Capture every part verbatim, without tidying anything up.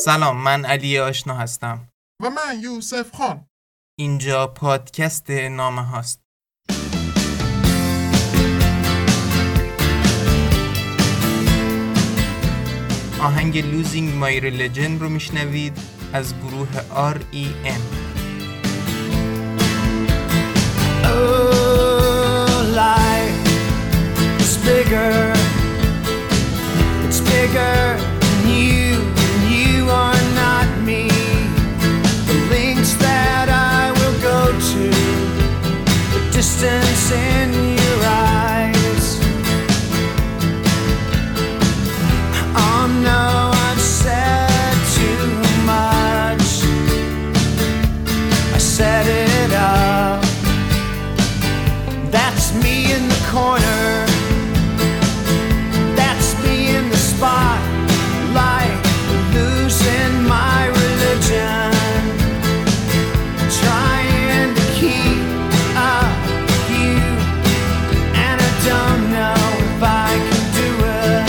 سلام، من علی آشنا هستم و من یوسف خان. اینجا پادکست نامه هاست. آهنگ Losing My Religion رو میشنوید از گروه آر ای ام. Oh, life is bigger, it's bigger than you, and you are not me. The links that I will go to, the distance in your eyes. Oh no, I've said too much, I set it up. That's me in the corner, that's me in the spotlight, losing my religion, trying to keep up with you, and I don't know if I can do it.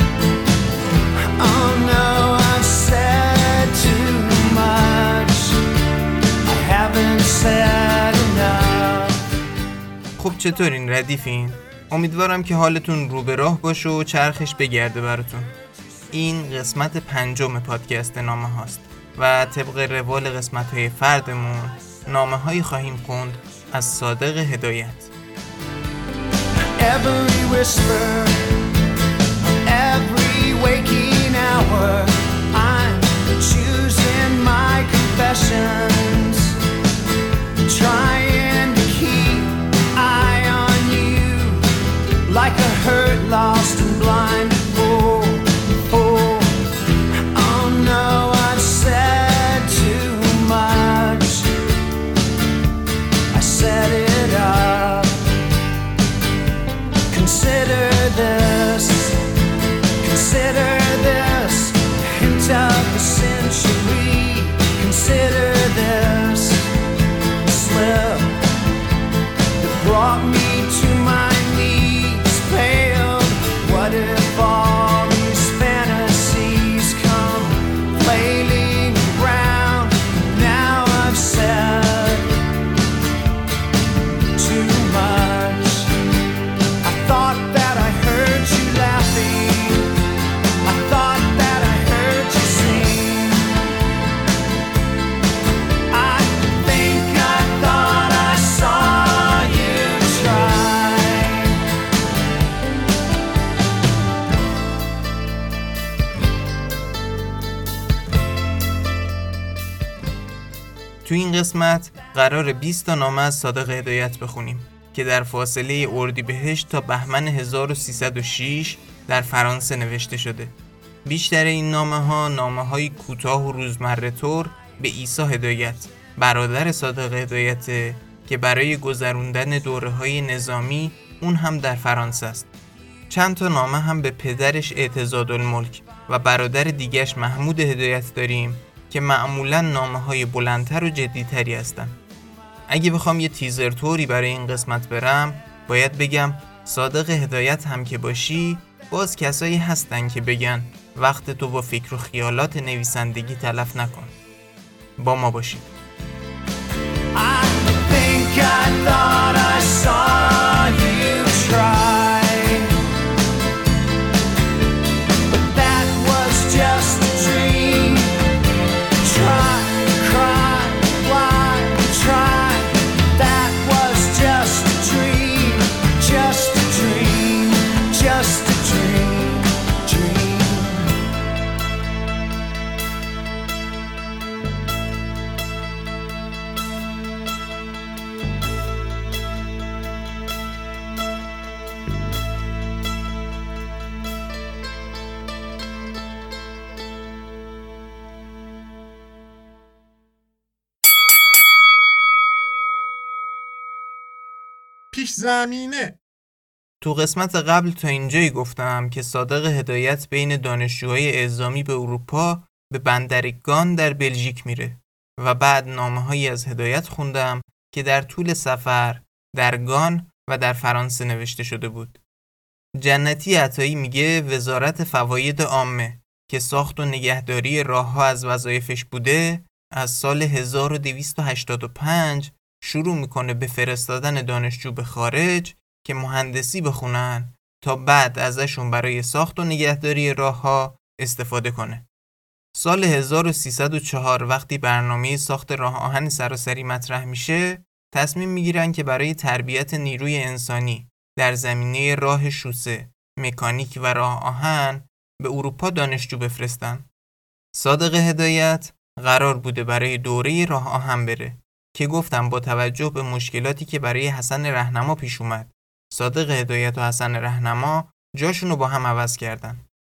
Oh no, I've said too much, I haven't said enough. خب چطورین ردیفین؟ امیدوارم که حالتون رو به راه باشه و چرخش بگرده براتون. این قسمت پنجم پادکست نامه هاست و طبق روال قسمت های فردمون نامه هایی خواهیم خوند از صادق هدایت. Every whisper, every waking hour, I'm choosing my confessions, trying to keep eye on you, like a hurt, lost and blind fool. Oh, oh no, I've said too much, I set it up. Consider this, consider this, hint of the century. Consider this slip that brought me to my knees, paled. What if all these fantasies come flailing around? Now I've said too much. I thought that I heard you laughing, I thought that I heard you sing. I think I thought I saw you try. تو این قسمت قرار بیست تا نامه از صادق هدایت بخونیم که در فاصله اردیبهشت تا بهمن هزار و سیصد و شش در فرانسه نوشته شده. بیشتر این نامه ها نامه های کوتاه و روزمره طور به عیسی هدایت، برادر صادق هدایت که برای گذروندن دوره های نظامی اون هم در فرانسه است. چند تا نامه هم به پدرش اعتضادالملک و برادر دیگش محمود هدایت داریم که معمولاً نامه های بلندتر و جدیتری هستن. اگه بخوام یه تیزر توری برای این قسمت برم، باید بگم صادق هدایت هم که باشی، باز کسایی هستن که بگن وقت تو با فکر و خیالات نویسندگی تلف نکن. با ما باشید. I think I thought I saw you try, but that was just a dream. Try, cry, why try? That was just a dream, just a dream, just a dream, dream. پیش زمینه. تو قسمت قبل تا اینجایی گفتم که صادق هدایت بین دانشجوهای اعزامی به اروپا به بندر گان در بلژیک میره و بعد نامه‌هایی از هدایت خوندم که در طول سفر در گان و در فرانسه نوشته شده بود. جنتی عطایی میگه وزارت فواید عامه که ساخت و نگهداری راه‌ها از وظایفش بوده، از سال هزار و دویست و هشتاد و پنج شروع میکنه به فرستادن دانشجو به خارج که مهندسی بخونن تا بعد ازشون برای ساخت و نگهداری راه‌ها استفاده کنه. سال هزار و سیصد و چهار وقتی برنامه ساخت راه آهن سراسری مطرح میشه، تصمیم میگیرن که برای تربیت نیروی انسانی در زمینه راه شوسه، مکانیک و راه آهن به اروپا دانشجو بفرستن. صادق هدایت قرار بوده برای دوره راه آهن بره که گفتم با توجه به مشکلاتی که برای حسن رهنما پیش اومد، صادق هدایت و حسن رهنما جاشونو با هم عوض کردن.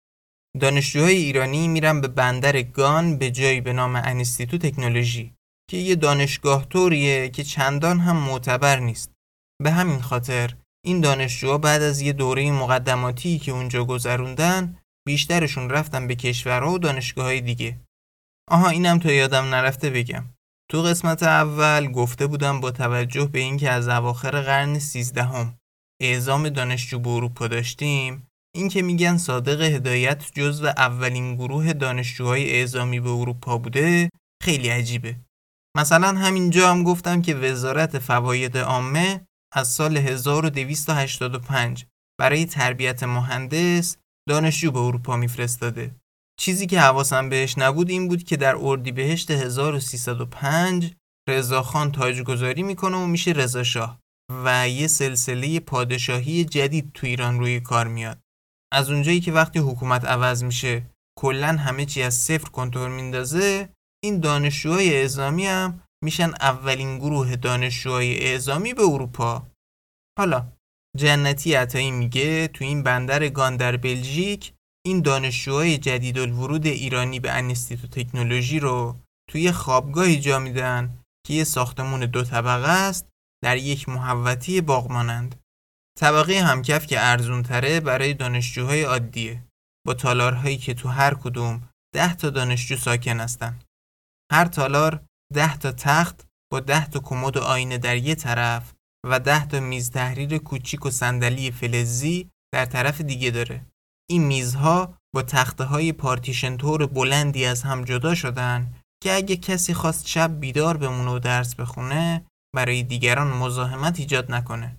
دانشجوهای ایرانی میرن به بندر گان به جایی به نام انستیتو تکنولوژی که یه دانشگاه طوریه که چندان هم معتبر نیست. به همین خاطر این دانشجوها بعد از یه دوره مقدماتی که اونجا گذروندن، بیشترشون رفتن به کشورها و دانشگاه‌های دیگه. آها اینم تو یادم نرفته بگم. تو قسمت اول گفته بودم با توجه به اینکه از اواخر قرن سیزدهم اعزام دانشجو به اروپا داشتیم، این که میگن صادق هدایت جزو اولین گروه دانشجوهای اعزامی به اروپا بوده خیلی عجیبه. مثلا همینجا هم گفتم که وزارت فواید عامه از سال هزار و دویست و هشتاد و پنج برای تربیت مهندس دانشجو به اروپا میفرستاده. چیزی که حواسم بهش نبود این بود که در اردیبهشت هزار و سیصد و پنج رضاخان تاجگذاری میکنه و میشه رضاشاه و یه سلسله پادشاهی جدید تو ایران روی کار میاد. از اونجایی که وقتی حکومت عوض میشه کلن همه چی از صفر کنترل میندازه، این دانشجوهای اعزامی هم میشن اولین گروه دانشجوهای اعزامی به اروپا. حالا جنتی عطایی میگه تو این بندر گان در بلژیک این دانشجوهای جدید الورود ایرانی به انستیتو تکنولوژی رو توی خوابگاهی جا میدن که یه ساختمون دو طبقه است در یک محوطه باغ مانند. طبقه همکف که ارزون تره برای دانشجوهای عادیه، با تالارهایی که تو هر کدوم ده تا دانشجو ساکن هستن. هر تالار ده تا تخت با ده تا کمد و آینه در یه طرف و ده تا میز تحریر کوچیک و صندلی فلزی در طرف دیگه داره. این میزها با تخته های پارتیشن تور بلندی از هم جدا شدن که اگه کسی خواست شب بیدار بمونه و درس بخونه برای دیگران مزاحمت ایجاد نکنه.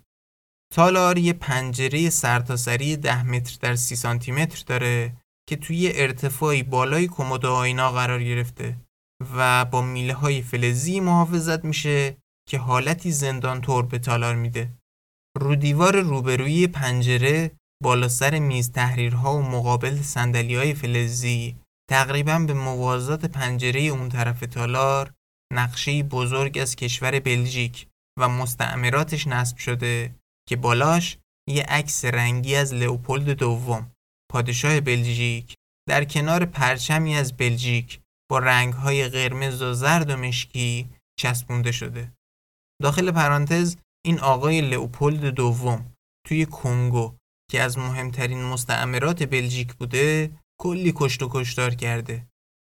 تالار یه پنجره سرتاسری ده متر در سی سانتی متر داره که توی ارتفاعی بالای کمد و آینا قرار گرفته و با میله های فلزی محافظت میشه که حالتی زندان طور به تالار میده. رو دیوار روبروی پنجره بالا سر میز تحریرها و مقابل صندلی‌های فلزی تقریباً به موازات پنجره اون طرف تالار نقشه‌ای بزرگ از کشور بلژیک و مستعمراتش نصب شده که بالاش یه عکس رنگی از لئوپولد دوم پادشاه بلژیک در کنار پرچمی از بلژیک با رنگ‌های قرمز و زرد و مشکی چسبونده شده. داخل پرانتز این آقای لئوپولد دوم توی کنگو که از مهمترین مستعمرات بلژیک بوده کلی کشت و کشتار کرده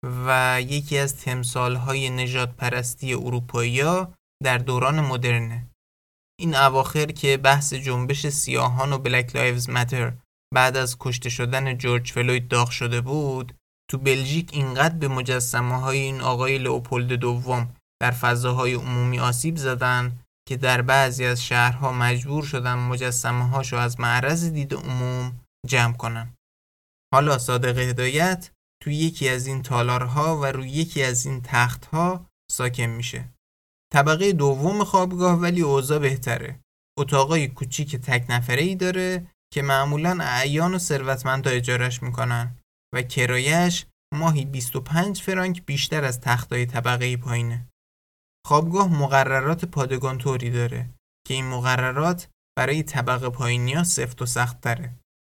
و یکی از تمثال‌های نژاد پرستی اروپایی‌ها در دوران مدرنه. این اواخر که بحث جنبش سیاهان و بلک لایوز ماتر بعد از کشته شدن جورج فلوید داغ شده بود، تو بلژیک اینقدر به مجسمه‌های این آقای لئوپولد دوم در فضاهای عمومی آسیب زدن که در بعضی از شهرها مجبور شدن مجسمه‌هاشو از معرض دید عموم جمع کنن. حالا صادق هدایت تو یکی از این تالارها و روی یکی از این تختها ساکن میشه. طبقه دوم خوابگاه ولی اوضاع بهتره. اتاقای کوچیک تک نفره‌ای داره که معمولاً اعیان و ثروتمندا اجارش میکنن و کرایه‌اش ماهی بیست و پنج فرانک بیشتر از تختای طبقه پایینه. خوابگاه مقررات پادگان طوری داره که این مقررات برای طبقه پایینیا سفت و سخت تره.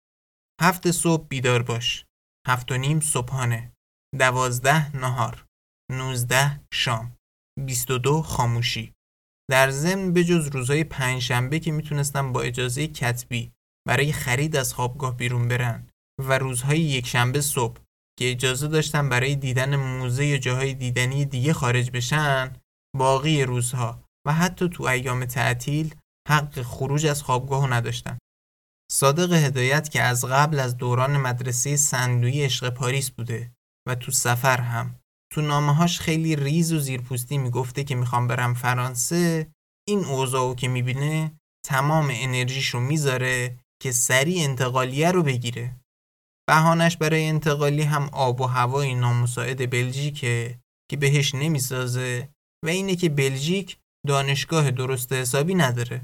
هفت صبح بیدار باش، هفت و نیم صبحانه، دوازده نهار، نوزده شام، بیست و دو خاموشی. در ضمن بجز روزهای پنجشنبه که میتونستن با اجازه کتبی برای خرید از خوابگاه بیرون برن و روزهای یکشنبه صبح که اجازه داشتن برای دیدن موزه یا جاهای دیدنی دیگه خارج بشن، باقی روزها و حتی تو ایام تعطیل حق خروج از خوابگاهو نداشتن. صادق هدایت که از قبل از دوران مدرسه صندوقی عشق پاریس بوده و تو سفر هم تو نامه‌هاش خیلی ریز و زیرپوستی میگفته که میخوام برم فرانسه، این اوضاعو که میبینه تمام انرژیشو میذاره که سریع انتقالیه رو بگیره. بهانش برای انتقالی هم آب و هوای نامساعد بلژیکه که بهش نمیسازه و اینه که بلژیک دانشگاه درست حسابی نداره.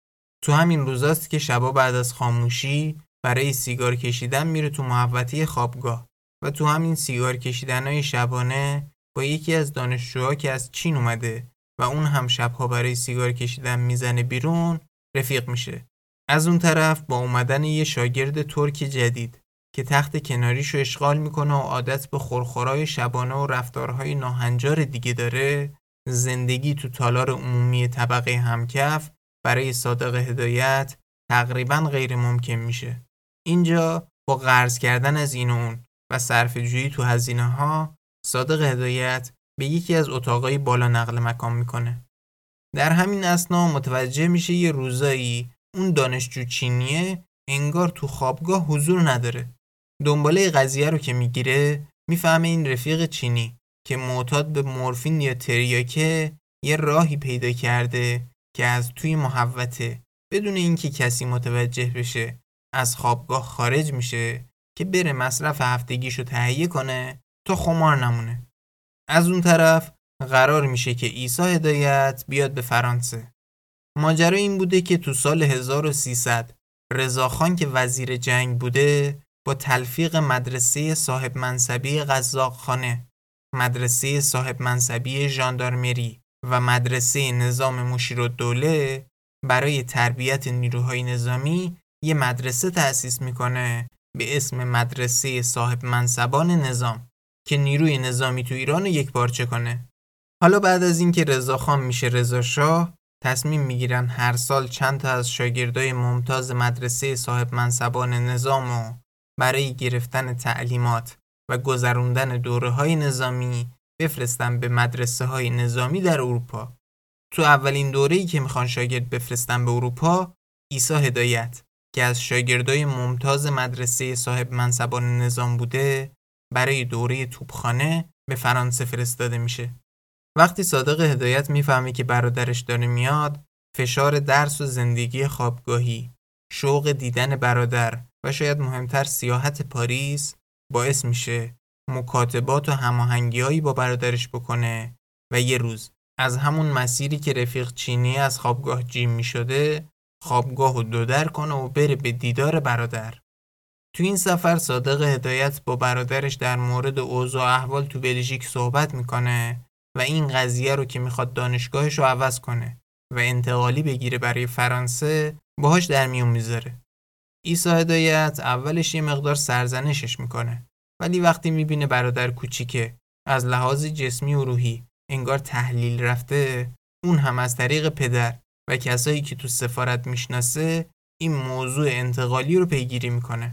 تو همین روزاست که شبا بعد از خاموشی برای سیگار کشیدن میره تو محوطه خوابگاه و تو همین سیگار کشیدنای شبانه با یکی از دانشجوها که از چین اومده و اون هم شبها برای سیگار کشیدن میزنه بیرون رفیق میشه. از اون طرف با اومدن یه شاگرد ترک جدید که تخت کناریشو اشغال میکنه و عادت به خورخورای شبانه و رفتارهای ناهنجار دیگه داره، زندگی تو تالار عمومی طبقه همکف برای صادق هدایت تقریباً غیر ممکن میشه. اینجا با قرض کردن از این و اون و صرفه‌جویی تو هزینه ها، صادق هدایت به یکی از اتاقای بالا نقل مکان میکنه. در همین اثنا متوجه میشه یه روزایی اون دانشجو چینیه انگار تو خوابگاه حضور نداره. دنباله قضیه رو که میگیره میفهمه این رفیق چینی که معتاد به مورفین یا تریاکه یه راهی پیدا کرده که از توی محوطه بدون اینکه کسی متوجه بشه از خوابگاه خارج میشه که بره مصرف هفتگیشو تهیه کنه تا خمار نمونه. از اون طرف قرار میشه که عیسی هدایت بیاد به فرانسه. ماجرا این بوده که تو سال هزار و سیصد رضاخان که وزیر جنگ بوده با تلفیق مدرسه صاحب منصبی قزاقخانه، مدرسه صاحب منصبی ژاندارمری و مدرسه نظام مشیرالدوله برای تربیت نیروهای نظامی یه مدرسه تأسیس میکنه به اسم مدرسه صاحب منصبان نظام که نیروی نظامی تو ایران رو یک پارچه کنه. حالا بعد از اینکه رضاخان میشه رضا شاه، تصمیم میگیرن هر سال چند تا از شاگردای ممتاز مدرسه صاحب منصبان نظامو برای گرفتن تعلیمات و گذروندن دوره‌های نظامی بفرستن به مدرسه‌های نظامی در اروپا. تو اولین دوره‌ای که میخوان شاگرد بفرستن به اروپا، عیسی هدایت که از شاگردای ممتاز مدرسه صاحب منصبان نظام بوده، برای دوره توپخانه به فرانسه فرستاده میشه. وقتی صادق هدایت میفهمه که برادرش داره میاد، فشار درس و زندگی خوابگاهی، شوق دیدن برادر و شاید مهمتر سیاحت پاریس باعث میشه مکاتبات و هماهنگی‌هایی با برادرش بکنه و یه روز از همون مسیری که رفیق چینی از خوابگاه جیم میشده خوابگاه رو دودر کنه و بره به دیدار برادر. تو این سفر صادق هدایت با برادرش در مورد اوضاع و احوال تو بلژیک صحبت میکنه و این قضیه رو که میخواد دانشگاهش رو عوض کنه و انتقالی بگیره برای فرانسه باهاش در میون میذاره. عیسی هدایت اولش یه مقدار سرزنشش میکنه، ولی وقتی میبینه برادر کوچیکه از لحاظ جسمی و روحی انگار تحلیل رفته، اون هم از طریق پدر و کسایی که تو سفارت میشناسه این موضوع انتقالی رو پیگیری میکنه.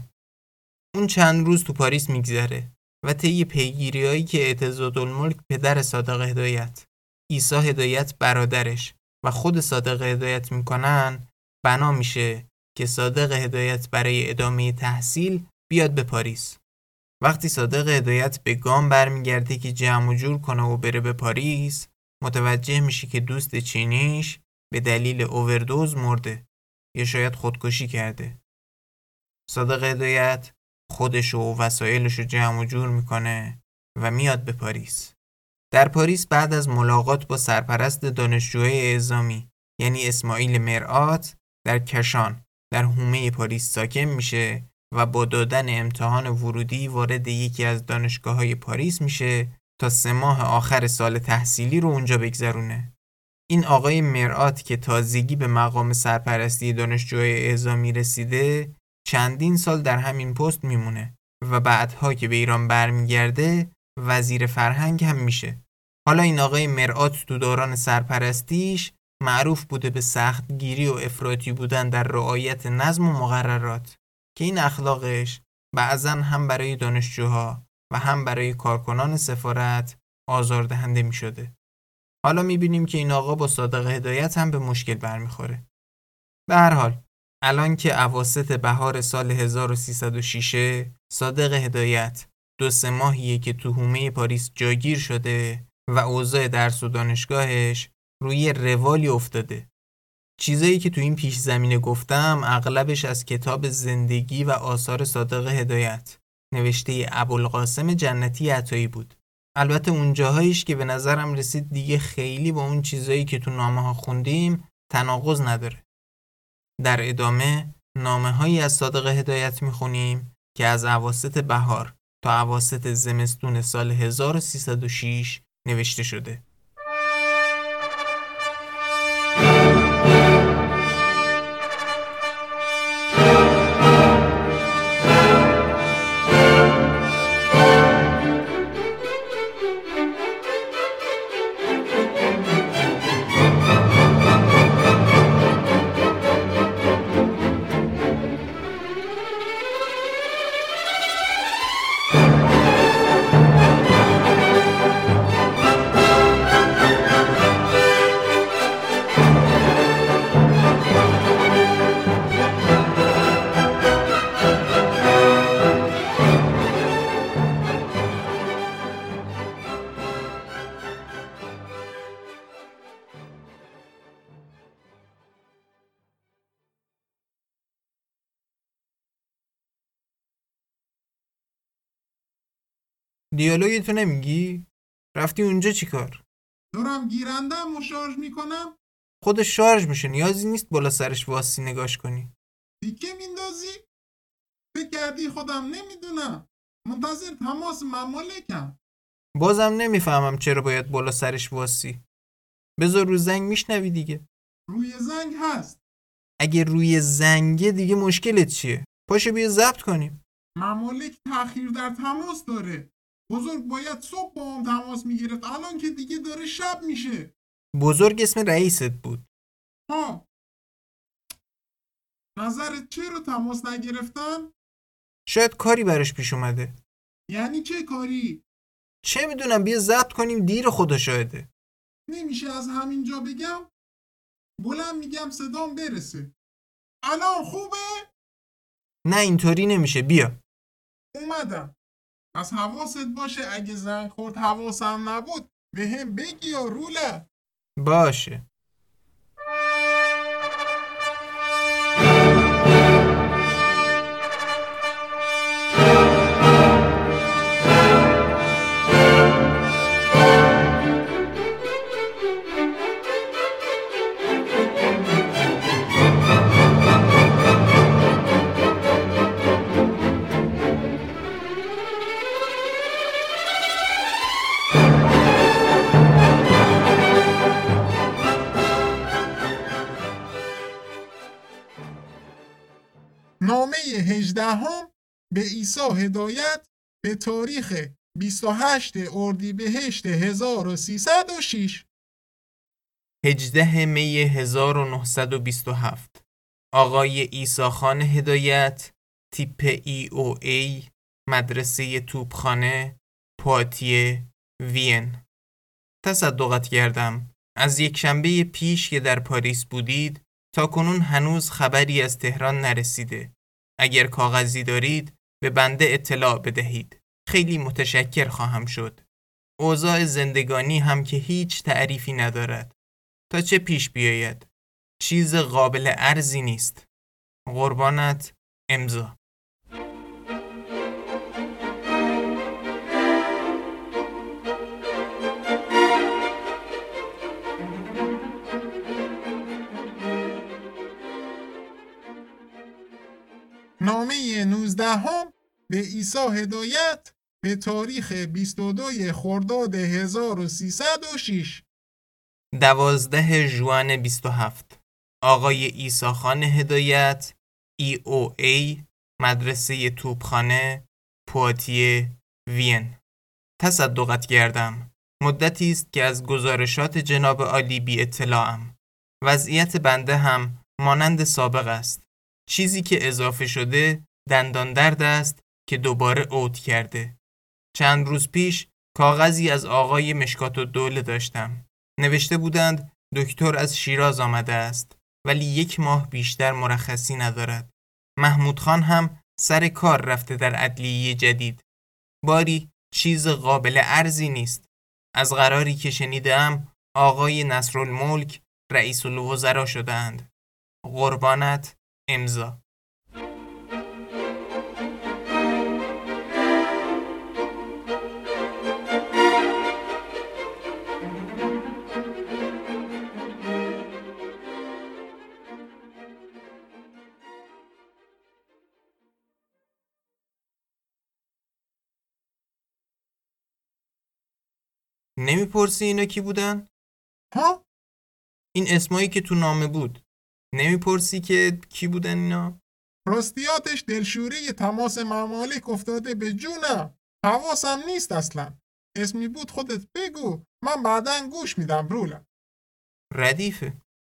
اون چند روز تو پاریس میگذره و طی پیگیریایی که اعتضادالملک پدر صادق هدایت، عیسی هدایت برادرش و خود صادق هدایت میکنن، بنا میشه که صادق هدایت برای ادامه تحصیل بیاد به پاریس. وقتی صادق هدایت به گام برمیگرده که جمع و جور کنه و بره به پاریس، متوجه میشه که دوست چینیش به دلیل اووردوز مرده یا شاید خودکشی کرده. صادق هدایت خودش و وسایلش رو جمع و جور میکنه و میاد به پاریس. در پاریس بعد از ملاقات با سرپرست دانشجوهای اعزامی یعنی اسماعیل مرآت در کشان در حومه پاریس ساکن میشه و با دادن امتحان ورودی وارد یکی از دانشگاه‌های پاریس میشه تا سه ماه آخر سال تحصیلی رو اونجا بگذرونه. این آقای مرآت که تازگی به مقام سرپرستی دانشجوهای اعزامی رسیده، چندین سال در همین پست میمونه و بعدها که به ایران برمیگرده وزیر فرهنگ هم میشه. حالا این آقای مرآت تو دوران سرپرستیش معروف بوده به سختگیری و افراطی بودن در رعایت نظم و مقررات که این اخلاقش بعضا هم برای دانشجوها و هم برای کارکنان سفارت آزاردهنده می شده. حالا می بینیم که این آقا با صادق هدایت هم به مشکل برمیخوره. به هر حال الان که اواسط بهار سال هزار و سیصد و شش، صادق هدایت دو سه ماهیه که تو حومه پاریس جاگیر شده و اوضاع درس و دانشگاهش روی روالی افتاده. چیزایی که تو این پیش زمینه گفتم اغلبش از کتاب زندگی و آثار صادق هدایت نوشته ابوالقاسم جنتی عطایی بود. البته اون جاهایش که به نظرم رسید دیگه خیلی با اون چیزایی که تو نامه ها خوندیم تناقض نداره. در ادامه نامه هایی از صادق هدایت میخونیم که از اواسط بهار تا اواسط زمستون سال هزار و سیصد و شش نوشته شده. دیالوگتو نمیگی؟ رفتی اونجا چیکار؟ دارم گیرندم و شارژ میکنم. خودش شارژ میشه، نیازی نیست بالا سرش واسی نگاش کنی. دیگه میندازی؟ فکر کردی خودم نمیدونم؟ منتظر تماس ممالکم. بازم نمیفهمم چرا باید بالا سرش واسی. بذار رو زنگ، میشنوی دیگه. روی زنگ هست. اگه روی زنگه دیگه مشکلت چیه؟ پاشو بیا ضبط کنیم. ممالک تأخیر در تماس داره. بزرگ باید صبح با هم تماس میگرفت، الان که دیگه داره شب میشه. بزرگ اسم رئیست بود. ها، نظرت چرا تماس نگرفتن؟ شاید کاری براش پیش اومده. یعنی چه کاری؟ چه میدونم، بیا ضبط کنیم، دیر خدا شاهده. نمیشه از همینجا بگم؟ بلند میگم صدام برسه. الان خوبه؟ نه اینطوری نمیشه، بیا. اومدم. از حواست باشه اگه زنگ خورد حواسم نبود به هم بگی یا روله. باشه. نامه هجدهم به عیسی هدایت به تاریخ بیست و هشتم اردیبهشت هزار و سیصد و شش. هجدهم می هزار و نهصد و بیست و هفت. آقای عیسی خان هدایت، تیپ ای او ای، مدرسه توپخانه، پواتیه، وین. تصدقت کردم. از یک شنبه پیش که در پاریس بودید تا کنون هنوز خبری از تهران نرسیده. اگر کاغذی دارید به بنده اطلاع بدهید. خیلی متشکر خواهم شد. اوضاع زندگانی هم که هیچ تعریفی ندارد. تا چه پیش بیاید؟ چیز قابل ارزی نیست. قربانت، امضا. نامه نوزدهم به عیسی هدایت به تاریخ بیست و دوم خرداد هزار و سیصد و شش. دوازده ژوئن بیست و هفت. آقای عیسی خان هدایت، ای او ای، مدرسه توپخانه، پواتیه، وین. تصدقت کردم. مدتی است که از گزارشات جناب عالی بی اطلاعم. وضعیت بنده هم مانند سابق است. چیزی که اضافه شده دندان درد است که دوباره عود کرده. چند روز پیش کاغذی از آقای مشکات الدوله داشتم. نوشته بودند دکتر از شیراز آمده است ولی یک ماه بیشتر مرخصی ندارد. محمود خان هم سر کار رفته در عدلیه جدید. باری چیز قابل ارزی نیست. از قراری که شنیدم آقای نصرالملک رئیس الوزراء شدند. قربانت، امضا. نمیپرسی اینا کی بودن؟ ها؟ این اسمایی که تو نامه بود نمیپرسی که کی بودن اینا؟ راستیاتش دلشوری تماس ممالک افتاده به جونم. حواسم نیست اصلا. اسمی بود خودت بگو، من بعداً گوش میدم رولا. ردیفه.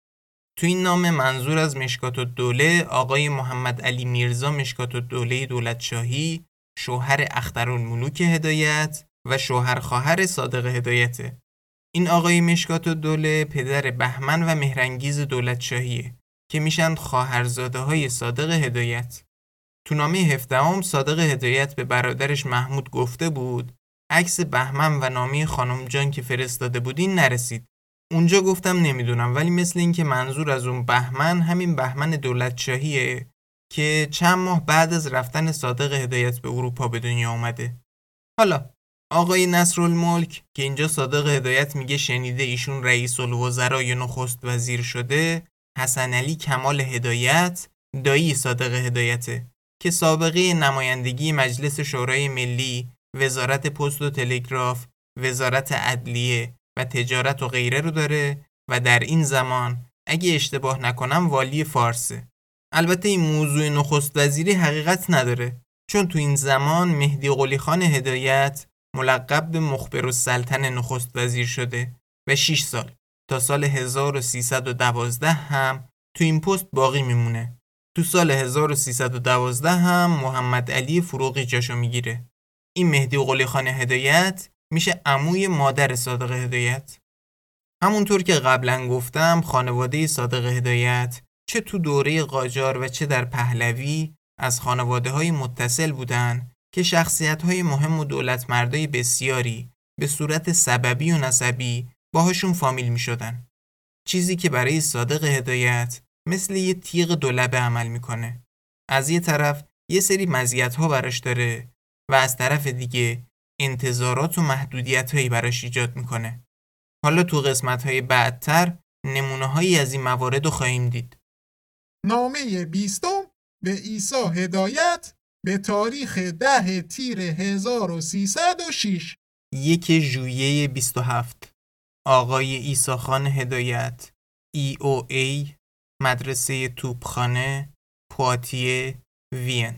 تو این نامه منظور از مشکات الدوله آقای محمد علی میرزا مشکات الدوله دولت شاهی، شوهر اخترالملوک هدایت و شوهر خواهر صادق هدایته. این آقای مشکات الدوله پدر بهمن و مهرانگیز دولت شاهیه که میشن خواهرزاده های صادق هدایت. تو نامه هفدهم صادق هدایت به برادرش محمود گفته بود عکس بهمن و نامه خانم جان که فرستاده بودین نرسید. اونجا گفتم نمیدونم، ولی مثل این که منظور از اون بهمن همین بهمن دولت شاهیه که چند ماه بعد از رفتن صادق هدایت به اروپا به دنیا آمده. حالا آقای نصرالملک که اینجا صادق هدایت میگه شنیده ایشون رئیس الوزراء یا نخست وزیر شده، حسن علی کمال هدایت دایی صادق هدایته که سابقه نمایندگی مجلس شورای ملی، وزارت پست و تلگراف، وزارت عدلیه و تجارت و غیره رو داره و در این زمان اگه اشتباه نکنم والی فارسه. البته این موضوع نخست وزیری حقیقت نداره، چون تو این زمان مهدی قلی خان هدایت ملقب به مخبر السلطنه نخست وزیر شده و شش سال تا سال هزار و سیصد و دوازده هم تو این پست باقی میمونه. تو سال هزار و سیصد و دوازده هم محمد علی فروغی جاشو میگیره. این مهدی قلی خان هدایت میشه عموی مادر صادق هدایت. همونطور که قبلا گفتم خانواده صادق هدایت چه تو دوره قاجار و چه در پهلوی از خانواده های متصل بودن که شخصیت های مهم و دولت مردای بسیاری به صورت سببی و نسبی باهاشون فامیل می شدن. چیزی که برای صادق هدایت مثل یه تیغ دولبه عمل میکنه. از یه طرف یه سری مزیت ها براش داره و از طرف دیگه انتظارات و محدودیت هایی براش ایجاد میکنه. حالا تو قسمت های بعدتر نمونه هایی از این موارد رو خواهیم دید. نامه بیستم به عیسی هدایت به تاریخ ده تیر هزار و سیصد و شش. یک ژوئیه بیست و هفت. آقای عیسی خان هدایت، ای او ای، مدرسه توپخانه، پواتیه، وین.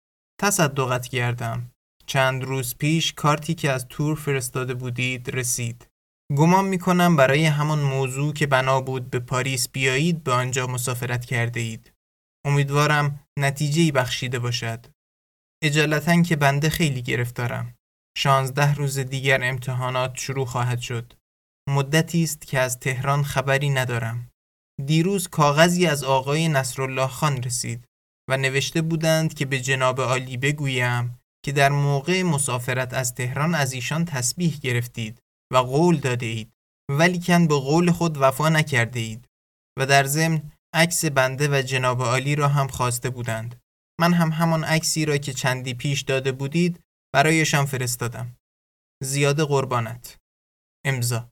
تصدقت کردم. چند روز پیش کارتی که از تور فرستاده بودید رسید. گمان میکنم برای همون موضوع که بنا بود به پاریس بیایید به آنجا مسافرت کرده اید. امیدوارم نتیجه‌ای بخشیده باشد. اجالتا که بنده خیلی گرفتارم. شانزده روز دیگر امتحانات شروع خواهد شد. مدتی است که از تهران خبری ندارم. دیروز کاغذی از آقای نصرالله خان رسید و نوشته بودند که به جناب عالی بگویم که در موقع مسافرت از تهران از ایشان تسبیح گرفتید و قول داده اید، ولیکن به قول خود وفا نکرده اید و در ضمن عکس بنده و جناب عالی را هم خواسته بودند. من هم همان عکسی را که چندی پیش داده بودید برایشان فرستادم. زیاد قربانت. امضا.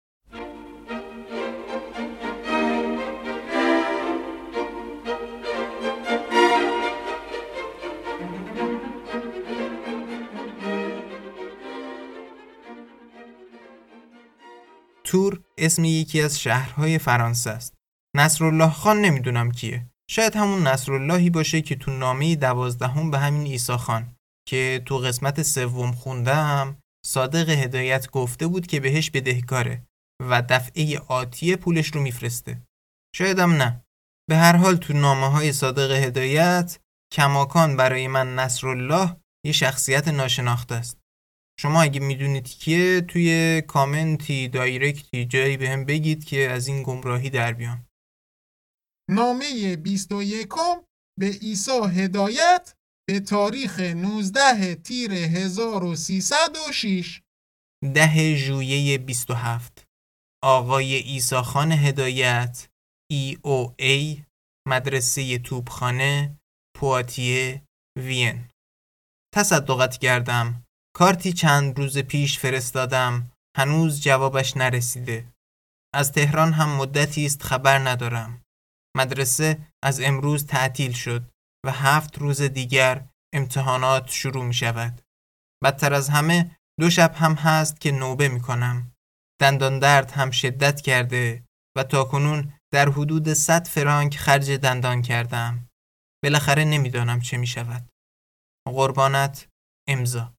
تور اسم یکی از شهرهای فرانسه است. نصرالله خان نمیدونم کیه. شاید همون نصراللهی باشه که تو نامه دوازدهم به همین عیسی خان که تو قسمت سوم خوندم صادق هدایت گفته بود که بهش بدهکاره و دفعه آتیه پولش رو میفرسته. شایدم نه. به هر حال تو نامه های صادق هدایت کماکان برای من نصرالله یه شخصیت ناشناخته است. شما اگه میدونید کیه توی کامنتی، دایرکتی جایی به هم بگید که از این گمراهی در بیام. نامه بیست و یکم به عیسی هدایت به تاریخ نوزده تیر هزار و سیصد و شش. ده ژوئیه بیست و هفت. آقای عیسی خان هدایت، ای او ای، مدرسه توپخانه، پواتیه، وین. تصدقت کردم. کارتی چند روز پیش فرستادم، هنوز جوابش نرسیده. از تهران هم مدتی است خبر ندارم. مدرسه از امروز تعطیل شد و هفت روز دیگر امتحانات شروع می شود. بدتر از همه دو شب هم هست که نوبه می کنم. دندان درد هم شدت کرده و تاکنون در حدود صد فرانک خرج دندان کردم. بالاخره نمیدانم چه می شود. قربانت، امضا.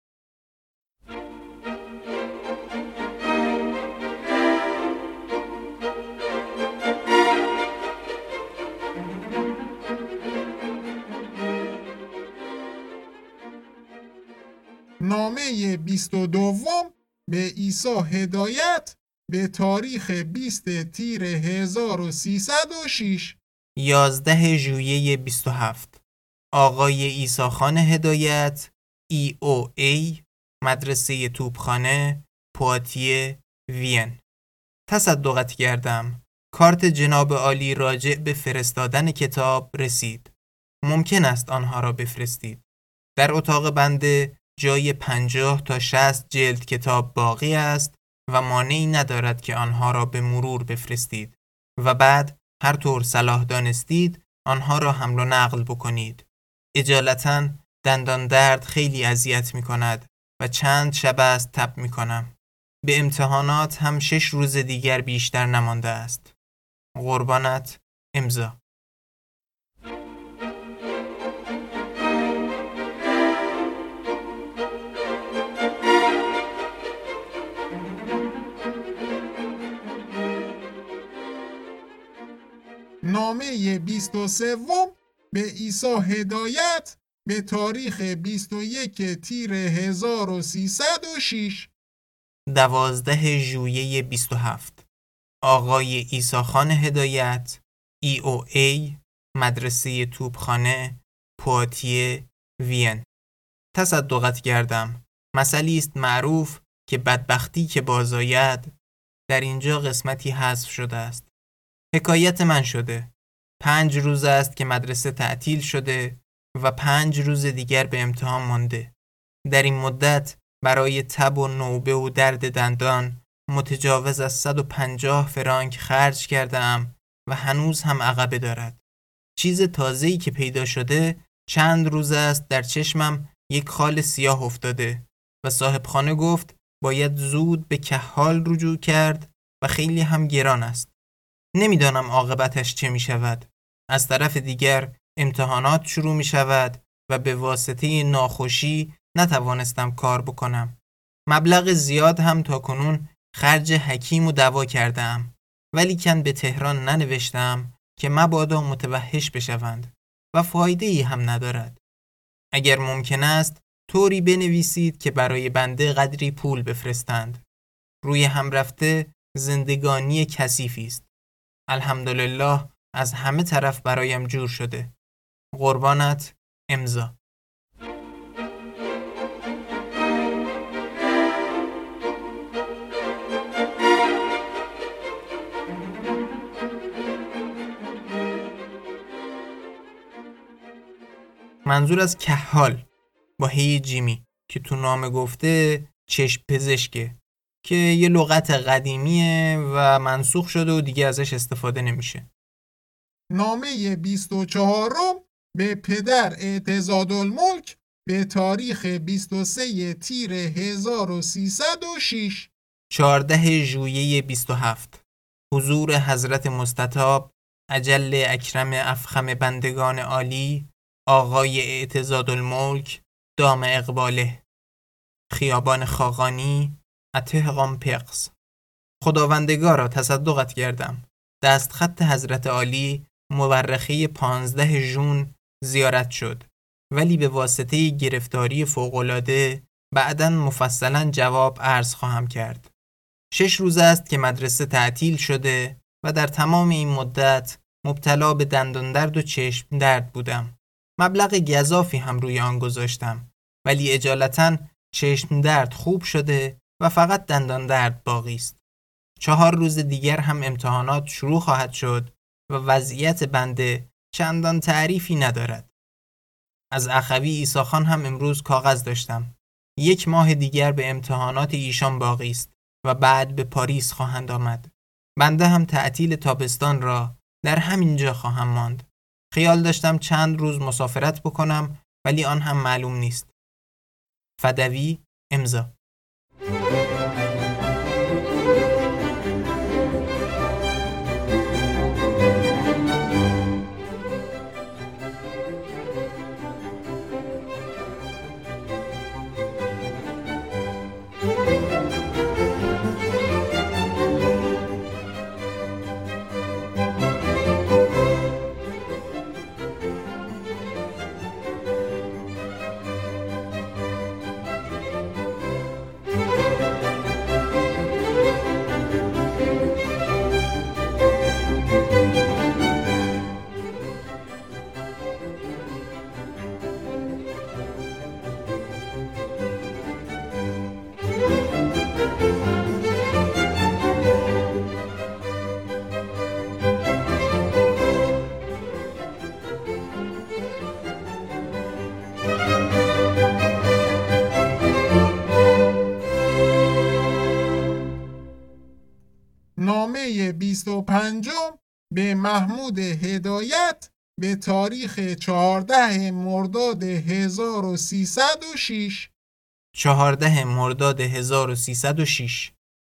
نامه بیست و دوم به عیسی هدایت به تاریخ بیست تیر هزار و سیصد و شش. یازده ژوئیه بیست و هفت. آقای عیسی خان هدایت، ای او ای، مدرسه توپخانه، پواتیه، وین. تصدقت کردم. کارت جناب عالی راجع به فرستادن کتاب رسید. ممکن است آنها را بفرستید. در اتاق بنده جای پنجاه تا شصت جلد کتاب باقی است و مانعی ندارد که آنها را به مرور بفرستید و بعد هر طور صلاح دانستید آنها را حمل و نقل بکنید. اجالتاً دندان درد خیلی اذیت می کند و چند شب است تب می کنم. به امتحانات هم شش روز دیگر بیشتر نمانده است. قربانت، امضا. نامه بیست و سوم به عیسی هدایت به تاریخ بیست و یک تیر هزار و سیصد و شش. دوازده ژوئیه بیست و هفت. آقای عیسی خان هدایت، ای او ای، مدرسه توپخانه، پواتیه، وین. تصدقت کردم. مسئله است معروف که بدبختی که بازآید. در اینجا قسمتی حذف شده است. حکایت من شده. پنج روز است که مدرسه تعطیل شده و پنج روز دیگر به امتحان مانده. در این مدت برای تب و نوبه و درد دندان متجاوز از صد و پنجاه فرانک خرج کردم و هنوز هم عقبه دارد. چیز تازه‌ای که پیدا شده چند روز است در چشمم یک خال سیاه افتاده و صاحب خانه گفت باید زود به کحال رجوع کرد و خیلی هم گران است. نمیدانم عاقبتش چه می شود. از طرف دیگر امتحانات شروع می شود و به واسطه ناخوشی نتوانستم کار بکنم. مبلغ زیاد هم تا کنون خرج حکیم و دوا کردم، ولی کن به تهران ننوشتم که مبادا متوحش بشوند و فایده ای هم ندارد. اگر ممکن است طوری بنویسید که برای بنده قدری پول بفرستند. روی هم رفته زندگانی کثیفی است. الحمدلله از همه طرف برایم جور شده. قربانت، امضا. منظور از کحال با هی جیمی که تو نامه گفته چشم پزشکه که یه لغت قدیمیه و منسوخ شده و دیگه ازش استفاده نمیشه. نامه بیست و چهارم به پدر اعتضادالملک به تاریخ بیست و سه تیر هزار و سیصد و شش. چهارده ژوئیه بیست و هفت. حضور حضرت مستطاب اجل اکرم افخم بندگان عالی آقای اعتضادالملک دام اقباله، خیابان خاقانی، اتهقان پقس. خداوندگارا تصدقت کردم. دستخط حضرت عالی مورخه پانزده ژون زیارت شد، ولی به واسطه گرفتاری فوق‌العاده بعداً مفصلاً جواب عرض خواهم کرد. شش روز است که مدرسه تعطیل شده و در تمام این مدت مبتلا به دندان درد و چشم درد بودم. مبلغ گزافی هم روی آن گذاشتم، ولی اجالتاً چشم درد خوب شده و فقط دندان درد باقی است. چهار روز دیگر هم امتحانات شروع خواهد شد و وضعیت بنده چندان تعریفی ندارد. از اخوی عیسی خان هم امروز کاغذ داشتم. یک ماه دیگر به امتحانات ایشان باقی است و بعد به پاریس خواهند آمد. بنده هم تعطیل تابستان را در همین جا خواهم ماند. خیال داشتم چند روز مسافرت بکنم، ولی آن هم معلوم نیست. فدوی، امضا. نامه بیست و پنجم به محمود هدایت به تاریخ چهارده مرداد هزار و سیصد و شش. چهارده مرداد هزار و سیصد و شش.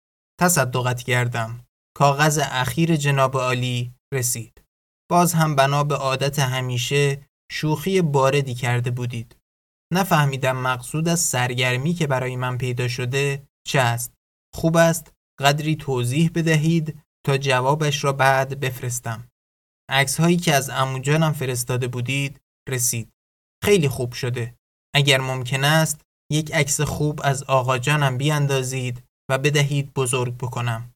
تصدقت کردم. کاغذ اخیر جناب عالی رسید. باز هم بنا به عادت همیشه شوخی باردی کرده بودید. نفهمیدم مقصود از سرگرمی که برای من پیدا شده چه است. خوب است قدری توضیح بدهید تا جوابش را بعد بفرستم. عکس هایی که از عمو جانم فرستاده بودید رسید. خیلی خوب شده. اگر ممکن است یک عکس خوب از آقا جانم بیاندازید و بدهید بزرگ بکنم.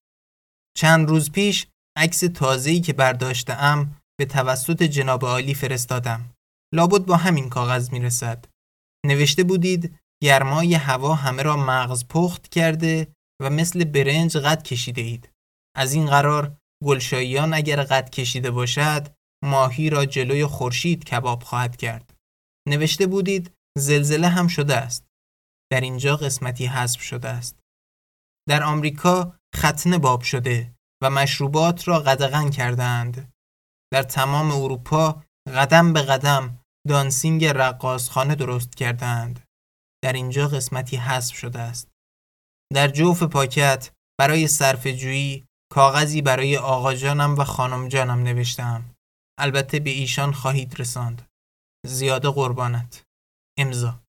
چند روز پیش عکس تازه‌ای که برداشتم به توسط جناب عالی فرستادم. لابد با همین کاغذ میرسد. نوشته بودید گرمای هوا همه را مغز پخت کرده و مثل برنج قد کشیده اید. از این قرار گلشاییان اگر قد کشیده باشد ماهی را جلوی خورشید کباب خواهد کرد. نوشته بودید زلزله هم شده است. در اینجا قسمتی حذف شده است. در آمریکا ختنه باب شده و مشروبات را قدغن کردند. در تمام اروپا قدم به قدم دانسینگ رقاصخانه درست کردند. در اینجا قسمتی حذف شده است. در جوف پاکت برای صرفه‌جویی کاغذی برای آقا جانم و خانم جانم نوشتم. البته به ایشان خواهید رساند. زیاده قربانت. امضا.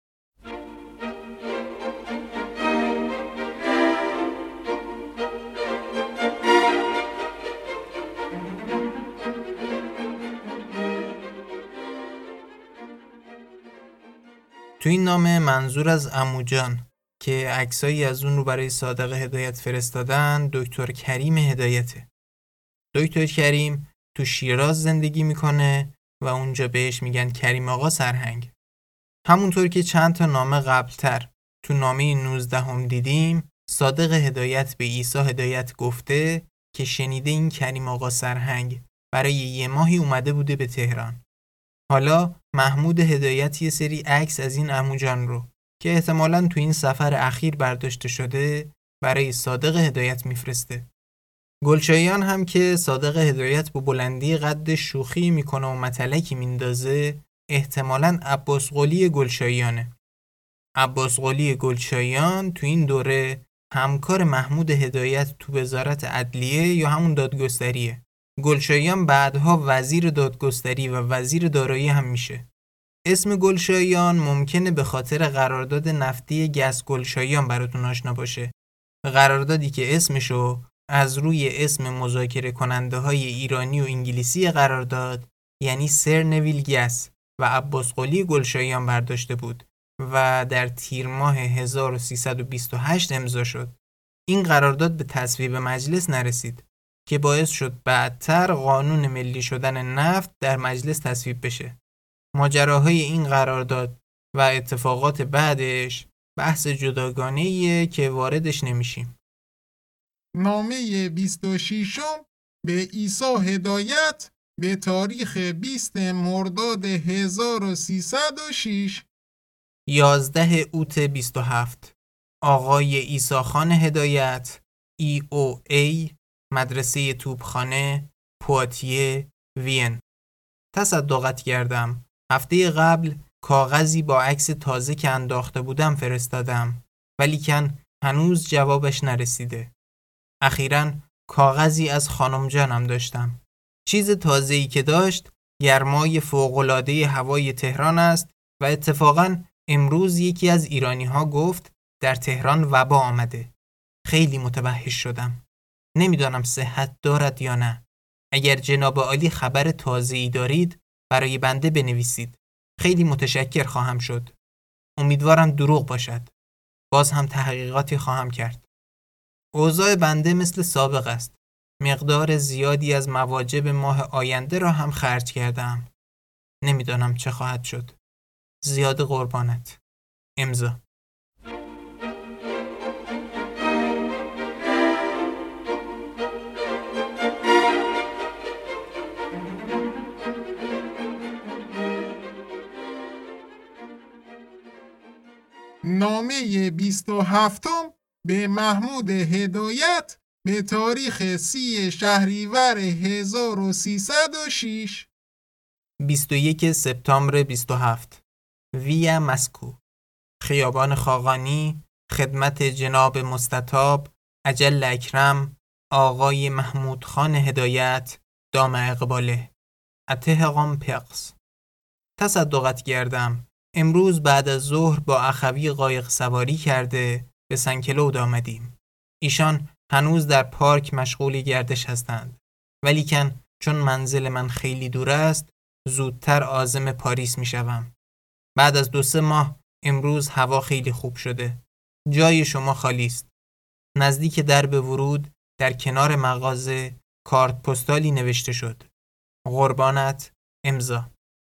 تو این نامه منظور از عمو جان که عکسایی از اون رو برای صادق هدایت فرستادن دکتر کریم هدایته. دکتر کریم تو شیراز زندگی میکنه و اونجا بهش میگن کریم آقا سرهنگ. همونطور که چند تا نامه قبلتر تو نامه نوزدهم دیدیم، صادق هدایت به عیسی هدایت گفته که شنیده این کریم آقا سرهنگ برای یه ماهی اومده بوده به تهران. حالا محمود هدایت یه سری عکس از این عمو جان رو که احتمالاً تو این سفر اخیر برداشته شده برای صادق هدایت میفرسته. گلشاییان هم که صادق هدایت با بلندی قد شوخی میکنه و متلکی میندازه احتمالاً عباس قلی گلشاییانه. عباس قلی گلشاییان تو این دوره همکار محمود هدایت تو وزارت عدلیه یا همون دادگستریه. گلشاییان بعدها وزیر دادگستری و وزیر دارایی هم میشه. اسم گلشاییان ممکنه به خاطر قرارداد نفتی گس گلشاییان براتون آشنا باشه. قراردادی که اسمشو از روی اسم مذاکره کننده های ایرانی و انگلیسی قرارداد یعنی سر نویل گس و عباس قلی گلشاییان برداشته بود و در تیر ماه هزار و سیصد و بیست و هشت امضا شد. این قرارداد به تصویب مجلس نرسید که باعث شد بعدتر قانون ملی شدن نفت در مجلس تصویب بشه. ماجراهای این قرارداد و اتفاقات بعدش بحث جداگانه‌ایه که واردش نمیشیم. نامه بیست و ششم به عیسی هدایت به تاریخ بیست مرداد هزار و سیصد و شش. یازده اوت بیست و هفت. آقای عیسی خان هدایت، ای او ای، مدرسه توپخانه، پواتیه، وین. تصدقت کردم. هفته قبل کاغذی با عکس تازه که انداخته بودم فرستادم، ولیکن هنوز جوابش نرسیده. اخیراً کاغذی از خانم جانم داشتم. چیز تازه‌ای که داشت گرمای فوق‌العاده هوای تهران است و اتفاقاً امروز یکی از ایرانی‌ها گفت در تهران وبا آمده. خیلی متوحش شدم. نمیدانم صحت دارد یا نه. اگر جناب عالی خبر تازه‌ای دارید برای بنده بنویسید. خیلی متشکر خواهم شد. امیدوارم دروغ باشد. باز هم تحقیقاتی خواهم کرد. اوضاع بنده مثل سابق است. مقدار زیادی از مواجب ماه آینده را هم خرج کردم. نمیدانم چه خواهد شد. زیاد قربانت. امضا. نامه بیست و هفتم به محمود هدایت به تاریخ سی شهریور هزار و سیصد و شش. بیست و یک سپتامبر بیست و هفت. ویا مسکو، خیابان خاقانی، خدمت جناب مستطاب اجل اکرم آقای محمود خان هدایت دام اقباله اتهقام پقس. تصدقت کردم. امروز بعد از ظهر با اخوی قایق سواری کرده به سنکلود آمدیم. ایشان هنوز در پارک مشغول گردش هستند، ولیکن چون منزل من خیلی دور است زودتر عازم پاریس می شوم. بعد از دو سه ماه امروز هوا خیلی خوب شده. جای شما خالی است. نزدیک درب ورود در کنار مغازه کارت پستالی نوشته شد. قربانت. امضا.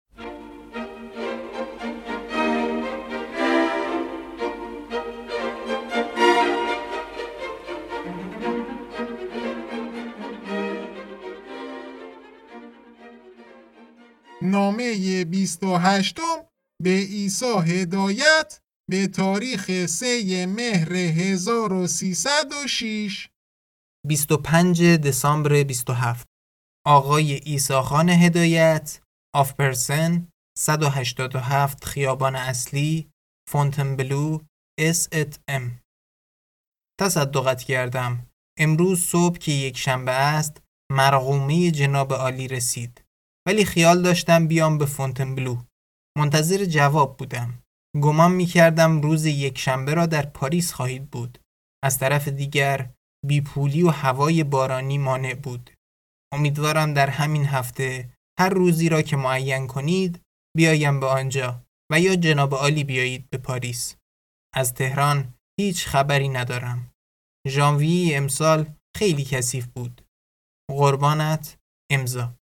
نامه بیست و هشتم به عیسی هدایت به تاریخ سه مهر هزار و سیصد و شش. بیست و پنج دسامبر بیست و هفت. آقای عیسی خان هدایت، آفپرسن، صد و هشتاد و هفت خیابان اصلی، فونتنبلو، اس ات ام. تصدقت کردم. امروز صبح که یک شنبه است مرقومه جناب عالی رسید، ولی خیال داشتم بیام به فونتنبلو. منتظر جواب بودم. گمان می کردم روز یک شنبه را در پاریس خواهید بود. از طرف دیگر بیپولی و هوای بارانی مانع بود. امیدوارم در همین هفته هر روزی را که معین کنید بیایم به آنجا و یا جناب عالی بیایید به پاریس. از تهران هیچ خبری ندارم. ژانویه امسال خیلی کثیف بود. قربانت. امضا.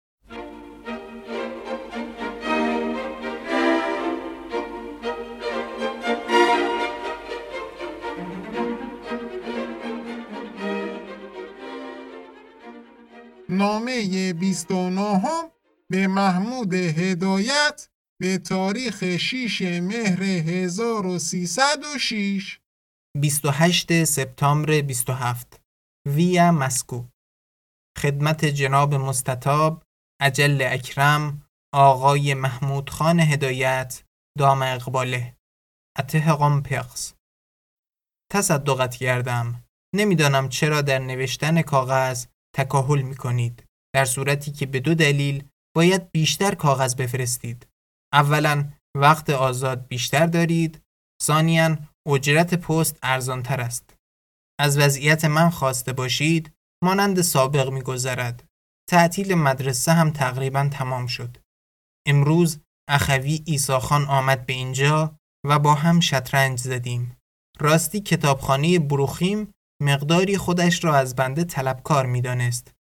نامه بیست و نهم به محمود هدایت به تاریخ شش مهر هزار و سیصد و شش. بیست و هشت سپتامبر بیست و هفت. ویا مسکو، خدمت جناب مستطاب اجل اکرم آقای محمود خان هدایت دام اقباله اتهقام پقس. تصدقت کردم. نمیدانم چرا در نوشتن کاغذ تکاهل می کنید، در صورتی که به دو دلیل باید بیشتر کاغذ بفرستید. اولا وقت آزاد بیشتر دارید، ثانیاً اجرت پست ارزانتر است. از وضعیت من خواسته باشید مانند سابق می گذرد. تعطیل مدرسه هم تقریباً تمام شد. امروز اخوی عیسی خان آمد به اینجا و با هم شطرنج زدیم. راستی کتابخانه بروخیم مقداری خودش را از بنده طلبکار می دانست.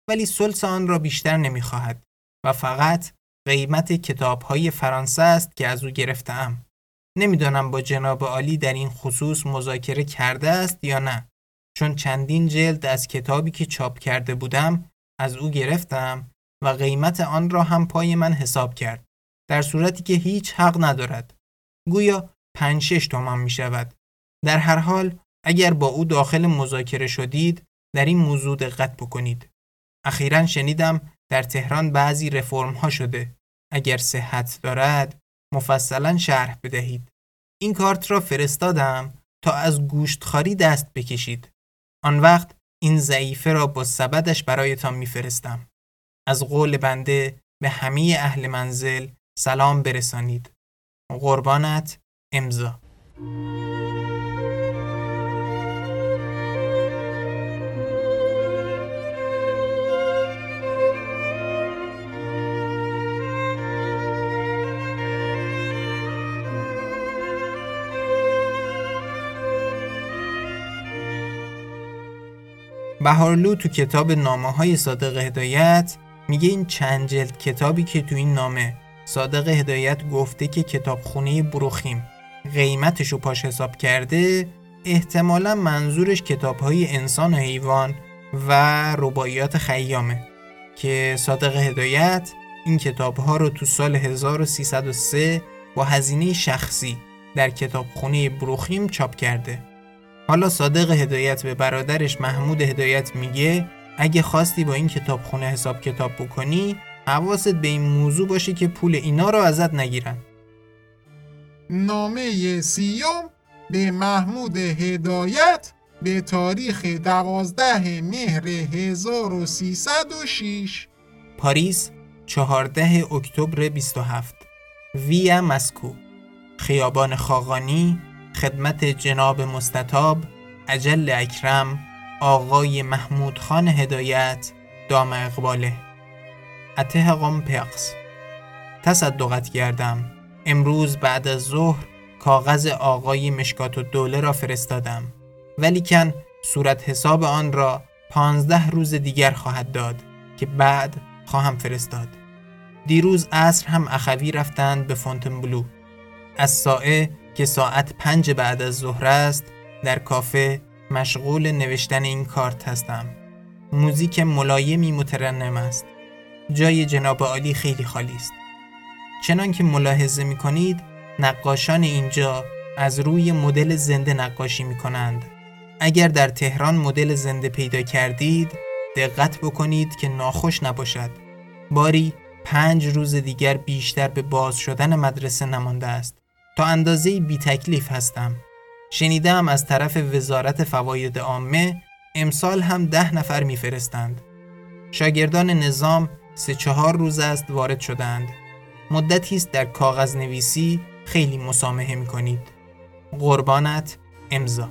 ولی ثلث آن را بیشتر نمی‌خواهد و فقط قیمت کتاب‌های فرانسه است که از او گرفته‌ام. نمی‌دانم با جناب عالی در این خصوص مذاکره کرده است یا نه، چون چندین جلد از کتابی که چاپ کرده بودم از او گرفتم و قیمت آن را هم پای من حساب کرد، در صورتی که هیچ حق ندارد. گویا پنج شش تومان می شود. در هر حال اگر با او داخل مذاکره شدید در این موضوع دقت بکنید. اخیراً شنیدم در تهران بعضی رفرم ها شده. اگر صحت دارد مفصلاً شرح بدهید. این کارت را فرستادم تا از گوشتخواری دست بکشید. آن وقت این ضعیفه را با سبدش برایتان میفرستم. از قول بنده به همه اهل منزل سلام برسانید. قربانت، امضا. بهارلو تو کتاب نامه‌های صادق هدایت میگه این چند جلد کتابی که تو این نامه صادق هدایت گفته که کتابخونه بروخیم قیمتشو پاش حساب کرده، احتمالاً منظورش کتاب‌های انسان و حیوان و رباعیات خیامه که صادق هدایت این کتاب‌ها رو تو سال هزار و سیصد و سه با هزینه شخصی در کتابخونه بروخیم چاپ کرده. حالا صادق هدایت به برادرش محمود هدایت میگه اگه خواستی با این کتابخونه حساب کتاب بکنی حواست به این موضوع باشه که پول اینا رو ازت نگیرن. نامه سیوم به محمود هدایت به تاریخ دوازده مهر هزار و سیصد و شش. پاریس، چهارده اکتبر بیست و هفت. ویا مسکو، خیابان خاقانی، خدمت جناب مستطاب اجل اکرم آقای محمود خان هدایت دام اقباله. اتهقم پقس. تصدقت کردم. امروز بعد از ظهر کاغذ آقای مشکات الدوله را فرستادم، ولیکن صورت حساب آن را پانزده روز دیگر خواهد داد که بعد خواهم فرستاد. دیروز عصر هم اخوی رفتند به فونتنبلو. از ساعه که ساعت پنج بعد از ظهر است در کافه مشغول نوشتن این کارت هستم. موزیک ملایمی مترنم است. جای جناب عالی خیلی خالی است. چنان که ملاحظه می کنید نقاشان اینجا از روی مدل زنده نقاشی می کنند. اگر در تهران مدل زنده پیدا کردید دقت بکنید که ناخوش نباشد. باری پنج روز دیگر بیشتر به باز شدن مدرسه نمانده است. تا اندازه‌ای بی تکلیف هستم. شنیدم از طرف وزارت فواید عامه امسال هم ده نفر میفرستند. شاگردان نظام سه چهار روز است وارد شدند. مدتی است در کاغذ نویسی خیلی مسامحه می‌کنید. قربانت، امضا.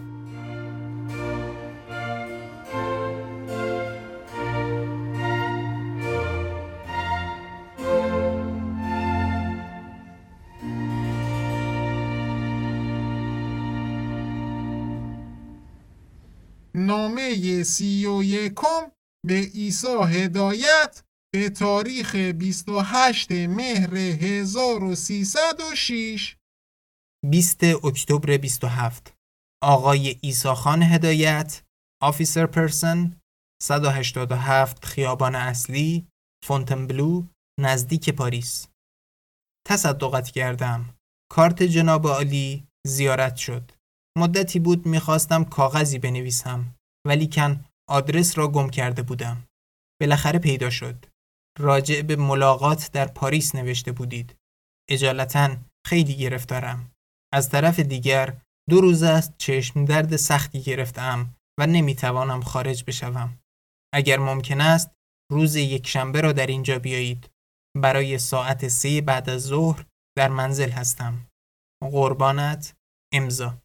نامه سی و یکم به عیسی هدایت به تاریخ بیست و هشتم مهر هزار و سیصد و شش. بیستم اکتبر بیست و هفت. آقای عیسی خان هدایت، آفیسر پرسن، صد و هشتاد و هفت خیابان اصلی، فونتنبلو، نزدیک پاریس. تصدقت کردم. کارت جناب عالی زیارت شد. مدتی بود میخواستم کاغذی بنویسم، ولیکن آدرس را گم کرده بودم. بالاخره پیدا شد. راجع به ملاقات در پاریس نوشته بودید. اجالتاً خیلی گرفتارم. از طرف دیگر دو روز است چشم درد سختی گرفتم و نمیتوانم خارج بشوم. اگر ممکن است روز یک شنبه را در اینجا بیایید. برای ساعت سه بعد از ظهر در منزل هستم. قربانت، امضا.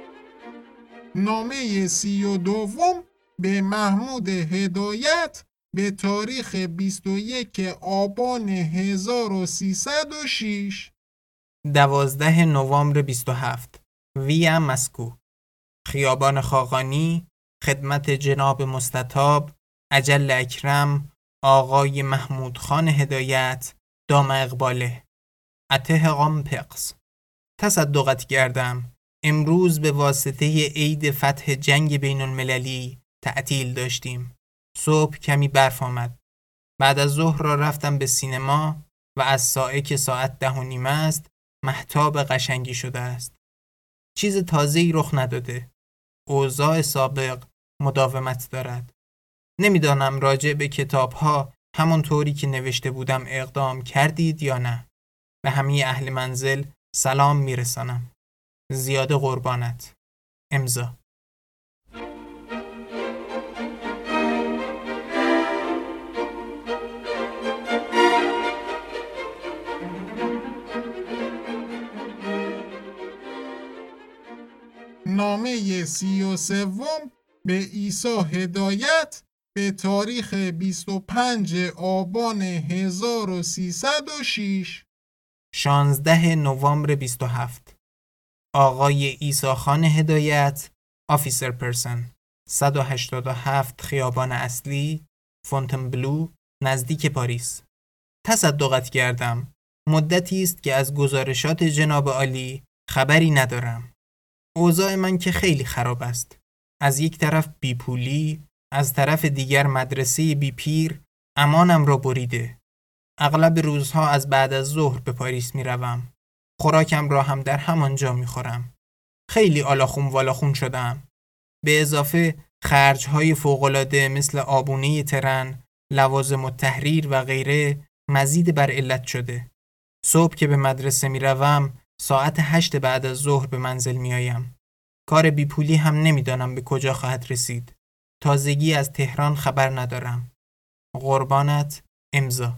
نامه سی و دوم به محمود هدایت به تاریخ بیست و یک آبان هزار و سیصد و شش. دوازده نوامبر بیست و هفت ویا مسکو، خیابان خاقانی، خدمت جناب مستطاب اجل اکرم آقای محمود خان هدایت دام اقباله اته قام پقس. تصدقت کردم. امروز به واسطه عید فتح جنگ بین المللی تعطیل داشتیم. صبح کمی برف آمد. بعد از ظهر را رفتم به سینما و از ساعه که ساعت ده و نیمه است مهتاب قشنگی شده است. چیز تازه‌ای رخ نداده. اوضاع سابق مداومت دارد. نمیدانم راجع به کتاب‌ها همون طوری که نوشته بودم اقدام کردید یا نه. به همه اهل منزل سلام میرسانم. زیاده قربانت. امضا. نامه سی و سوم به عیسی هدایت به تاریخ بیست و پنج آبان هزار و سیصد و شش. شانزده نوامبر بیست و هفت آقای عیسی خان هدایت، آفیسر پرسن، صد و هشتاد و هفت خیابان اصلی، فونتنبلو، نزدیک پاریس. تصدقت کردم. مدتی است که از گزارشات جناب عالی خبری ندارم. اوضاع من که خیلی خراب است. از یک طرف بیپولی، از طرف دیگر مدرسه بی پیر امانم را بریده. اغلب روزها از بعد از ظهر به پاریس می روم. خوراکم را هم در همانجا می خورم. خیلی آلاخون والاخون شدم. به اضافه خرج‌های فوق‌العاده مثل آبونه ترن، لوازم التحریر و غیره مزید بر علت شده. صبح که به مدرسه می روم ساعت هشت بعد از ظهر به منزل می آیم. کار بیپولی هم نمیدانم به کجا خواهد رسید. تازگی از تهران خبر ندارم. قربانت. امضا.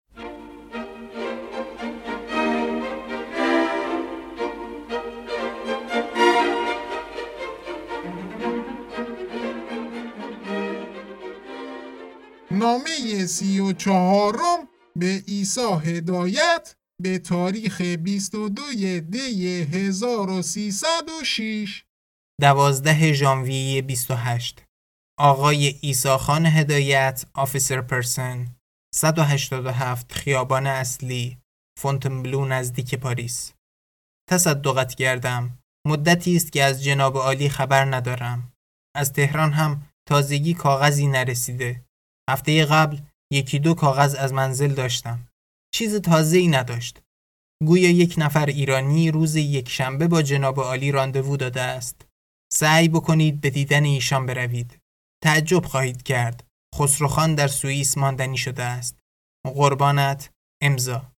نامه سی و چهارم به عیسی هدایت به تاریخ بیست و دو دی هزار و سیصد و شش. دوازده ژانویه بیست و هشت آقای عیسی خان هدایت، آفیسر پرسن، صد و هشتاد و هفت خیابان اصلی، فونتنبلو نزدیک پاریس. تصدقت کردم. مدتی است که از جناب عالی خبر ندارم. از تهران هم تازگی کاغذی نرسیده. هفته قبل یکی دو کاغذ از منزل داشتم. چیز تازه‌ای نداشت. گویا یک نفر ایرانی روز یک شنبه با جناب عالی راندوو داده است. سعی بکنید به دیدن ایشان بروید. تعجب خواهید کرد. خسروخان در سوئیس ماندنی شده است. قربانت. امضا.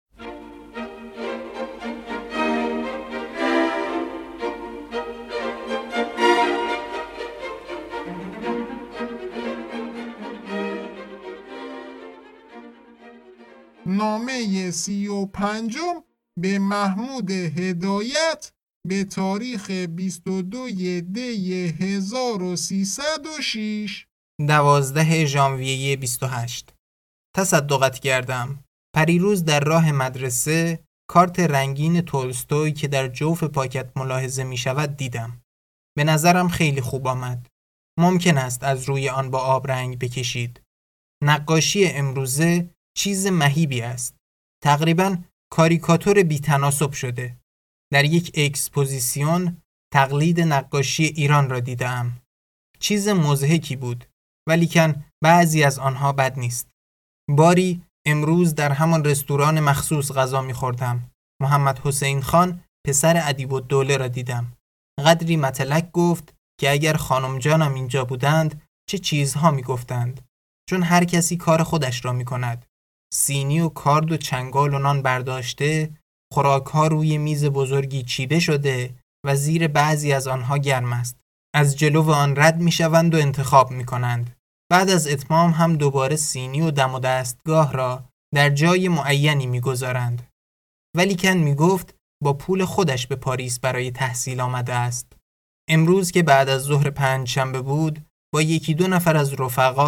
نامه سی و پنجم به محمود هدایت به تاریخ بیست و دو دی هزار و سیصد و شش. دوازده ژانویه بیست و هشت تصدقت کردم. پریروز در راه مدرسه کارت رنگین تولستوی که در جوف پاکت ملاحظه می شود دیدم. به نظرم خیلی خوب آمد. ممکن است از روی آن با آب رنگ بکشید. نقاشی امروزه چیز مهیبی است. تقریباً کاریکاتور بی تناسب شده. در یک اکسپوزیسیون تقلید نقاشی ایران را دیدم. چیز مضحکی بود، ولیکن بعضی از آنها بد نیست. باری امروز در همان رستوران مخصوص غذا می‌خوردم. محمد حسین خان پسر ادیب‌الدوله را دیدم. قدری متلک گفت که اگر خانم جانم اینجا بودند چه چیزها می‌گفتند، چون هر کسی کار خودش را می‌کند. سینی و کارد و چنگال و نان برداشته، خوراک‌ها روی میز بزرگی چیده شده و زیر بعضی از آنها گرم است. از جلو آن رد می‌شوند و انتخاب می‌کنند. بعد از اتمام هم دوباره سینی و دم و دستگاه را در جای معینی می‌گذارند. ولیکن می‌گفت با پول خودش به پاریس برای تحصیل آمده است. امروز که بعد از ظهر پنج شنبه بود، با یکی دو نفر از رفقا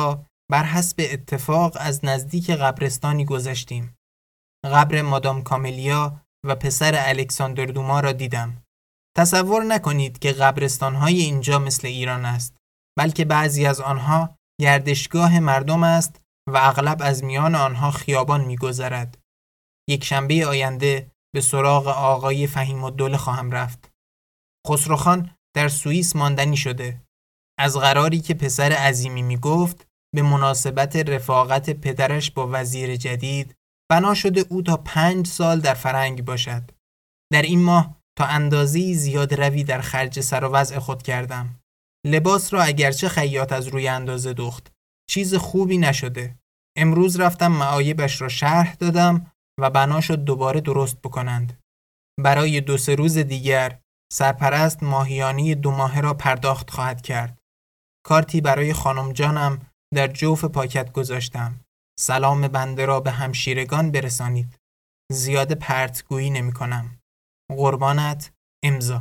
بر حسب اتفاق از نزدیک قبرستانی گذشتیم. قبر مادام کاملیا و پسر الکساندر دوما را دیدم. تصور نکنید که قبرستان‌های اینجا مثل ایران است، بلکه بعضی از آنها گردشگاه مردم است و اغلب از میان آنها خیابان می‌گذرد. یک شنبه آینده به سراغ آقای فهیم الدوله خواهم رفت. خسروخان در سوئیس ماندنی شده. از قراری که پسر عظیمی میگفت به مناسبت رفاقت پدرش با وزیر جدید بنا شده او تا پنج سال در فرنگ باشد. در این ماه تا اندازه‌ای زیاد روی در خرج سر و وضع خود کردم. لباس را اگرچه خیاط از روی اندازه دوخت، چیز خوبی نشده. امروز رفتم معایبش را شرح دادم و بنا شد دوباره درست بکنند. برای دو سه روز دیگر سرپرست ماهیانه دو ماهه را پرداخت خواهد کرد. کارتی برای خانم جانم در جوف پاکت گذاشتم. سلام بنده را به همشیرگان برسانید. زیاد پرتگویی نمی کنم. قربانت، امضا.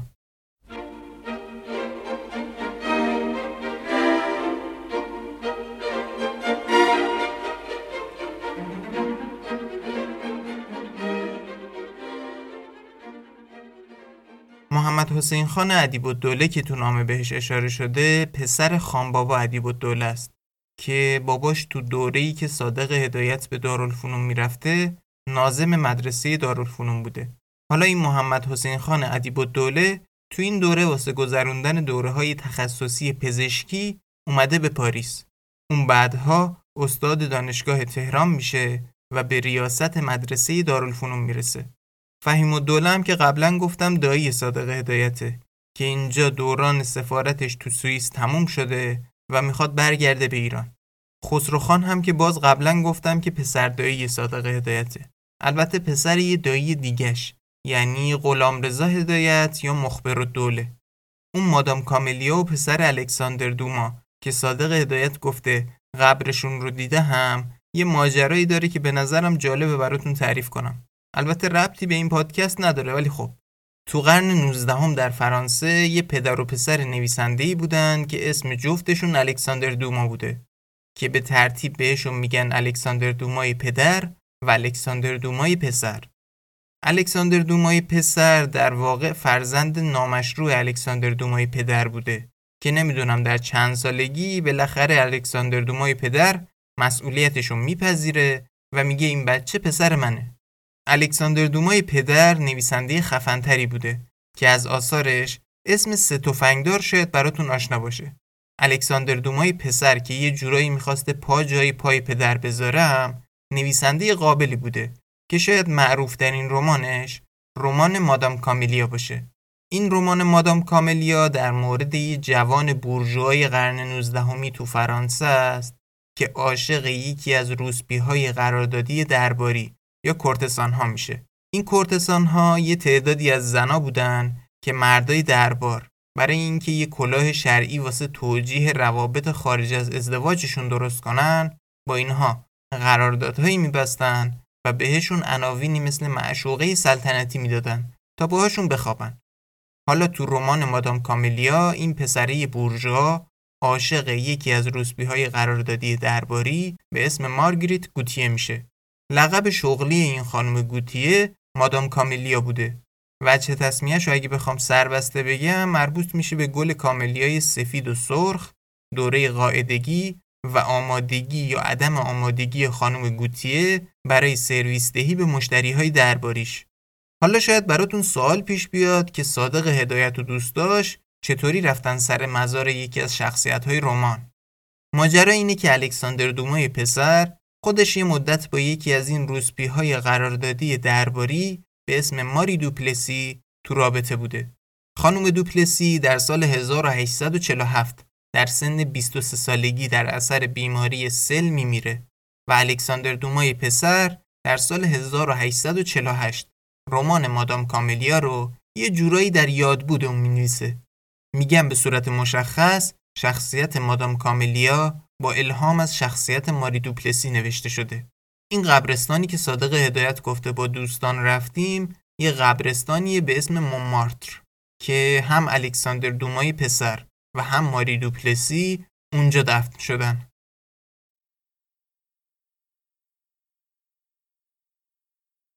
محمد حسین خان ادیب‌الدوله که تو نامه بهش اشاره شده پسر خان بابا ادیب‌الدوله است که باباش تو دوره‌ای که صادق هدایت به دارالفنون میرفته ناظم مدرسه دارالفنون بوده. حالا این محمد حسین خان ادیب‌الدوله تو این دوره واسه گذروندن دوره‌های تخصصی پزشکی اومده به پاریس. اون بعدها استاد دانشگاه تهران میشه و به ریاست مدرسه دارالفنون میرسه. فهیم الدوله هم که قبلا گفتم دایی صادق هدایته که اینجا دوران سفارتش تو سوئیس تموم شده و میخواد برگرده به ایران. خسروخان هم که باز قبلا گفتم که پسر دایی صادق هدایته. البته پسر یه دایی دیگش، یعنی غلامرضا هدایت یا مخبرالدوله. اون مادام کاملیا و پسر الکساندر دوما که صادق هدایت گفته قبرشون رو دیده هم یه ماجرایی داره که به نظرم جالبه براتون تعریف کنم. البته ربطی به این پادکست نداره، ولی خب تو قرن نوزدهم در فرانسه یه پدر و پسر نویسنده‌ای بودن که اسم جفتشون الکساندر دوما بوده که به ترتیب بهشون میگن الکساندر دومای پدر و الکساندر دومای پسر. الکساندر دومای پسر در واقع فرزند نامشروع الکساندر دومای پدر بوده که نمیدونم در چند سالگی بالاخره الکساندر دومای پدر مسئولیتشو میپذیره و میگه این بچه پسر منه. الکساندر دومای پدر نویسنده خفن‌تری بوده که از آثارش اسم سه تفنگدار شاید براتون آشنا باشه. الکساندر دومای پسر که یه جورایی میخواسته پا جای پای پدر بذارم، نویسنده قابلی بوده که شاید معروف ترین رمانش رمان مادام کاملیا باشه. این رمان مادام کاملیا در مورد یه جوان بورژوای قرن نوزدهمی تو فرانسه است که عاشق یکی از روسپی‌های قراردادی درباری یا کورتسان ها میشه. این کورتسان ها یه تعدادی از زنا بودن که مردای دربار برای اینکه یه کلاه شرعی واسه توجیه روابط خارج از ازدواجشون درست کنن با اینها قراردادهایی میبستن و بهشون عناوینی مثل معشوقه سلطنتی میدادن تا باهاشون بخوابن. حالا تو رمان مادام کاملیا این پسره بورژوا عاشق یکی از روسپی‌های قراردادی درباری به اسم مارگریت گوتیه میشه. لقب شغلی این خانم گوتیه مادام کاملیا بوده. وجه تسمیه‌شو اگه بخوام سربسته بگم مربوط میشه به گل کاملیای سفید و سرخ، دوره قاعدگی و آمادگی یا عدم آمادگی خانم گوتیه برای سرویس دهی به مشتریهای درباریش. حالا شاید براتون سوال پیش بیاد که صادق هدایت و دوستاش چطوری رفتن سر مزار یکی از شخصیت‌های رمان. ماجرا اینه که الکساندر دومای پسر خودش یه مدت با یکی از این روسپی‌های قراردادی درباری به اسم ماری دوپلسی تو رابطه بوده. خانم دوپلسی در سال هزار و هشتصد و چهل و هفت در سن بیست و سه سالگی در اثر بیماری سل میمیره و الکساندر دومای پسر در سال هزار و هشتصد و چهل و هشت رمان مادام کاملیا رو یه جورایی در یاد بود اون مینویسه. میگم به صورت مشخص شخصیت مادام کاملیا با الهام از شخصیت ماری دوپلسی نوشته شده. این قبرستانی که صادق هدایت گفته با دوستان رفتیم یه قبرستانیه به اسم مونمارتر که هم الکساندر دومای پسر و هم ماری دوپلسی اونجا دفن شدن.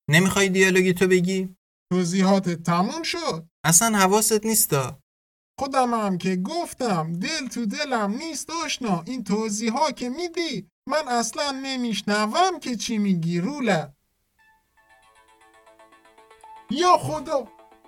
نمیخوای دیالوگی تو بگی؟ توضیحات تموم شد. اصلا حواست نیستا. خودم هم که گفتم دل تو دلم نیست آشنا. این توضیح ها که میدی من اصلا نمیشنوم که چی میگی روله. یا خدا.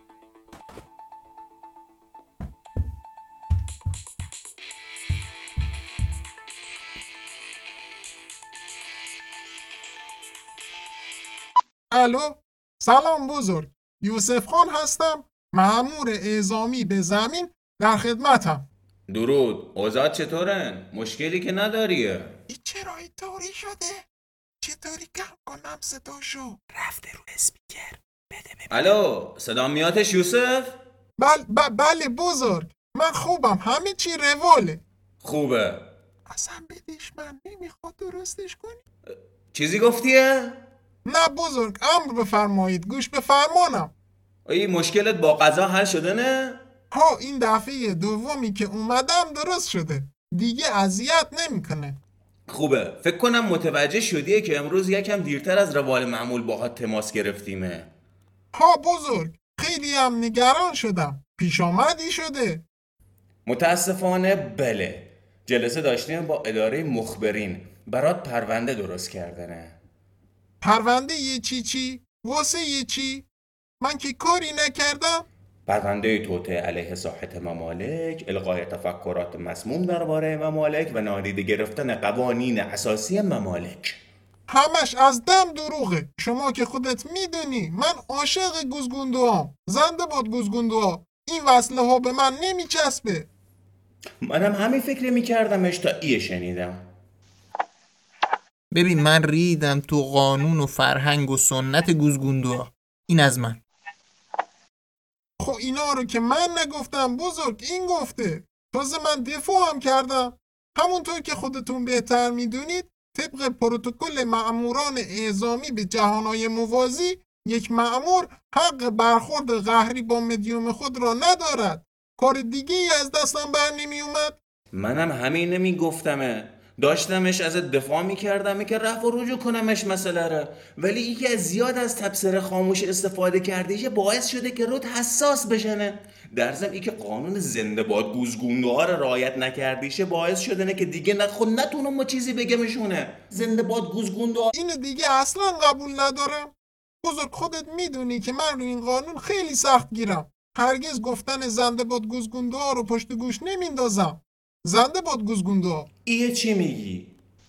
الو، سلام بزرگ. یوسف خان هستم، مأمور اعزامی به زمین، در خدمتم. درود. اوضاع چطورن؟ مشکلی که نداریه؟ این چرا اینطوری شده؟ چطوری کم کنم صداشو؟ رفته رو اسپیکر. بده بده. الو، صدا میادش یوسف؟ بل ب- بله بزرگ، من خوبم، همه چی رواله. خوبه. اصلا بدیش من نمیخواد درستش کنی؟ چیزی گفتیه؟ نه بزرگ، امر بفرمایید، گوش به فرمانم. این مشکلت با قضا حل شده نه؟ ها، این دفعه دومی که اومدم درست شده، دیگه اذیت نمیکنه. خوبه. فکر کنم متوجه شدیه که امروز یکم دیرتر از روال معمول باهات تماس گرفتیمه. ها بزرگ، خیلی هم نگران شدم. پیش آمدی شده؟ متاسفانه بله. جلسه داشتیم با اداره مخبرین، برات پرونده درست کردنه. پرونده یه چی چی؟ واسه یه چی؟ من که کاری نکردم. پرونده توطئه علیه ساحت ممالک، الغای تفکرات مسموم درباره ممالک و نادیده گرفتن قوانین اساسی ممالک. همش از دم دروغه. شما که خودت میدونی من عاشق گوزگوندوام. زنده باد گوزگوندوها. این وصله ها به من نمیچسبه. منم همین فکر میکردمش تا ایه شنیدم. ببین من ریدم تو قانون و فرهنگ و سنت گوزگوندوها. این از من. خب اینا رو که من نگفتم بزرگ، این گفته. تازه من دفاع هم کردم. همونطور که خودتون بهتر میدونید طبق پروتکل مأموران اعزامی به جهانهای موازی، یک مأمور حق برخورد قهری با مدیوم خود را ندارد. کار دیگه ای از دستم بر نمی اومد. منم همین نمیگفتمه. داشتمش از دفاع میکردم که رفع و رجوع کنمش مسئله رو، ولی این که زیاد از تبصره خاموش استفاده کرده باعث شده که رود حساس بشنه. در ضمن این که قانون زنده باد گوزگوندوها رو رعایت نکردیشه باعث شده که دیگه نه خود نتونم ما چیزی بگمشونه. زنده باد گوزگوندوها اینو دیگه اصلا قبول ندارم. بزرگ خودت میدونی که من رو این قانون خیلی سخت گیرم. هرگز گفتن زنده باد گوزگوندوها رو پشت گوش نمیندازم. زنده باد گوزگوندوها. ایه چی میگی؟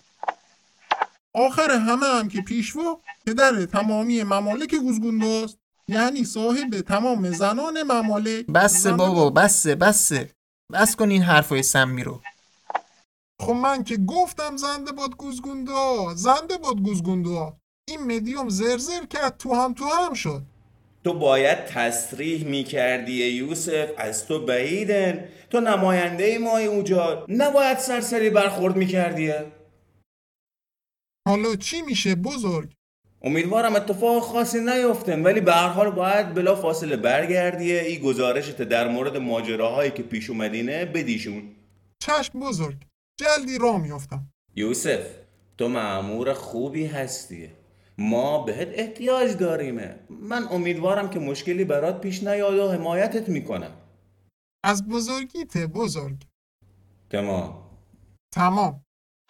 آخر همه هم که پیشوا پدر تمامی ممالک گوزگوندوهاست، یعنی صاحب تمام زنان ممالک. بسه بابا، بسه بسه. بس کن این حرفای سمی رو. خب من که گفتم زنده باد گوزگوندوها، زنده باد گوزگوندوها. این مدیوم زرزر کرد، تو هم تو هم شد. تو باید تصریح میکردی یوسف، از تو بعیدن. تو نماینده مای اونجا، نباید سرسری برخورد میکردیه. حالا چی میشه بزرگ؟ امیدوارم اتفاق خاصی نیفتن، ولی به هر حال باید بلا فاصله برگردیه ای گزارشت در مورد ماجراهایی که پیش اومدینه بدیشون. چشم بزرگ، جلدی راه میافتم. یوسف، تو مأمور خوبی هستی، ما بهت احتیاج داریمه. من امیدوارم که مشکلی برات پیش نیاد و حمایتت میکنم. از بزرگیته بزرگ. تمام. تمام.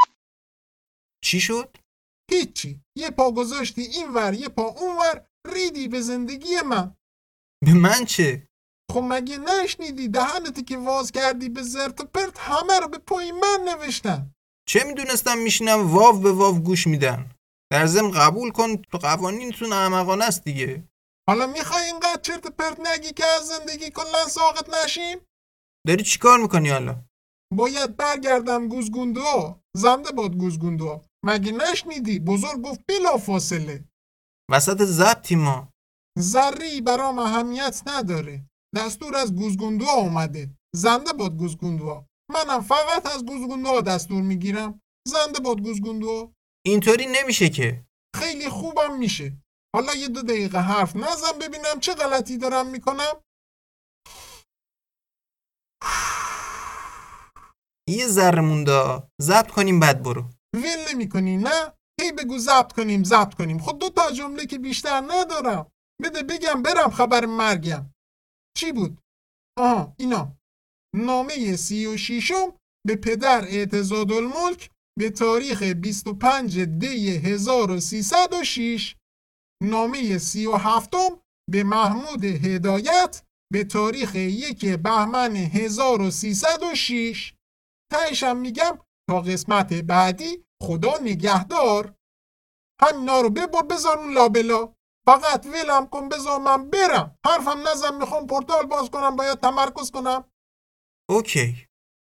چی شد؟ هیچی. یه پا گذاشتی این ور یه پا اون ور، ریدی به زندگی من. به من چه؟ خب مگه نشنیدی دهنتی که واز کردی به زرت و پرت همه رو به پای من نوشتن. چه میدونستم میشینم واو به واو گوش میدن. در ضمن قبول کن تو قوانینتون احمقانه است دیگه. حالا میخوای اینقدر چرت پرت نگی که از زندگی کلا ساقط نشیم؟ داری چی کار میکنی حالا؟ باید برگردم گوزگوندوها. زنده باد گوزگوندوها. مگه نشنیدی بزرگ گفت بلا فاصله. وسط ضبطی ما. ذری برام اهمیت نداره. دستور از گوزگوندوها اومده. زنده باد گوزگوندوها. منم فقط از گوزگوندوها دستور میگیرم. زنده باد گوزگوندوها. اینطوری نمیشه که. خیلی خوبم میشه. حالا یه دو دقیقه حرف نزن ببینم چه غلطی دارم میکنم. یه ذره مونده. ضبط کنیم بعد برو. ول نمیکنی نه؟ هی بگو ضبط کنیم ضبط کنیم. خود دو تا جمله که بیشتر ندارم. بده بگم برم خبر مرگم. چی بود؟ آها اینا. نامه سی و شیشم به پدر اعتضادالملک به تاریخ بیست و پنج دی هزار و سیصد و شش. نامه سی و هفتم به محمود هدایت به تاریخ یک بهمن هزار و سیصد و شش. تهشم میگم تا قسمت بعدی خدا نگهدار. همینا رو ببر بذار اون لابلا. فقط ولم کن بذار من برم. حرفم نزن میخوام پورتال باز کنم باید تمرکز کنم. اوکی.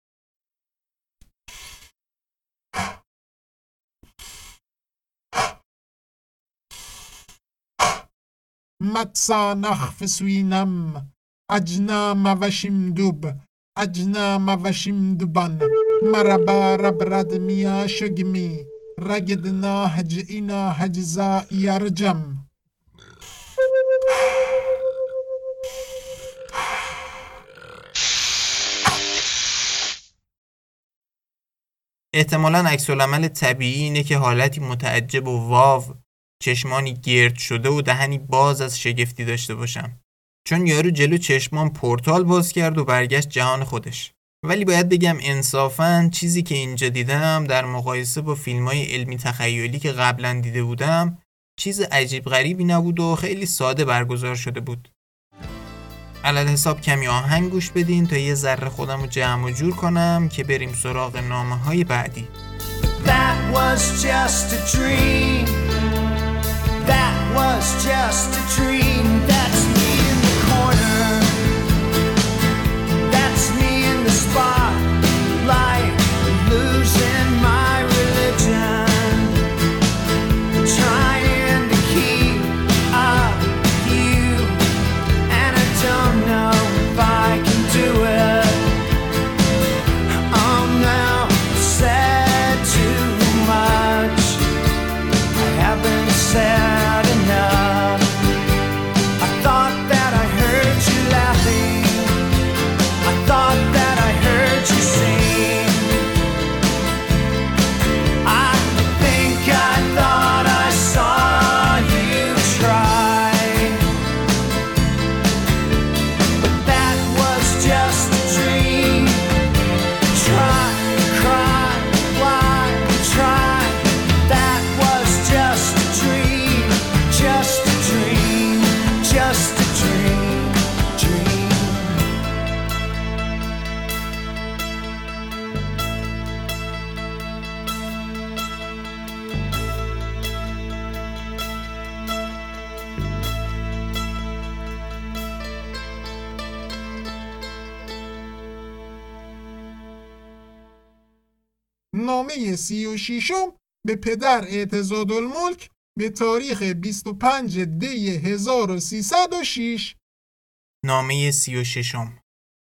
متسا نخف سوینم اجنا موشیم دوب اجنا موشیم دوبان مربا ربرد میا شگمی رگدنا هج اینا هجزا یرجم. احتمالاً عکس‌العمل طبیعی اینه که حالتی متعجب و واو، چشمانی گرد شده و دهنی باز از شگفتی داشته باشم. چون یارو جلو چشمان پورتال باز کرد و برگشت جهان خودش. ولی باید بگم انصافاً چیزی که اینجا دیدم در مقایسه با فیلم‌های علمی تخیلی که قبلا دیده بودم چیز عجیب غریبی نبود و خیلی ساده برگزار شده بود. علل حساب کمی آهنگ گوش بدین تا یه ذره خودم رو جمع و جور کنم که بریم سراغ نامه‌های بعدی. That was just a dream. That was just a dream. That's me in the corner. That's me in the spotlight, losing my religion, trying to keep up with you, and I don't know if I can do it. I'm now sad too much. I haven't said enough. I thought that I heard you laughing. I thought that I heard you sing. I think I thought I saw you try. But that was just a dream. Try, cry, why try? That was just a dream, just a dream, just a dream, dream. نامه سی و شیشم به پدر اعتضادالملک به تاریخ بیست و پنج دی هزار و سیصد و شش. نامه سی و ششم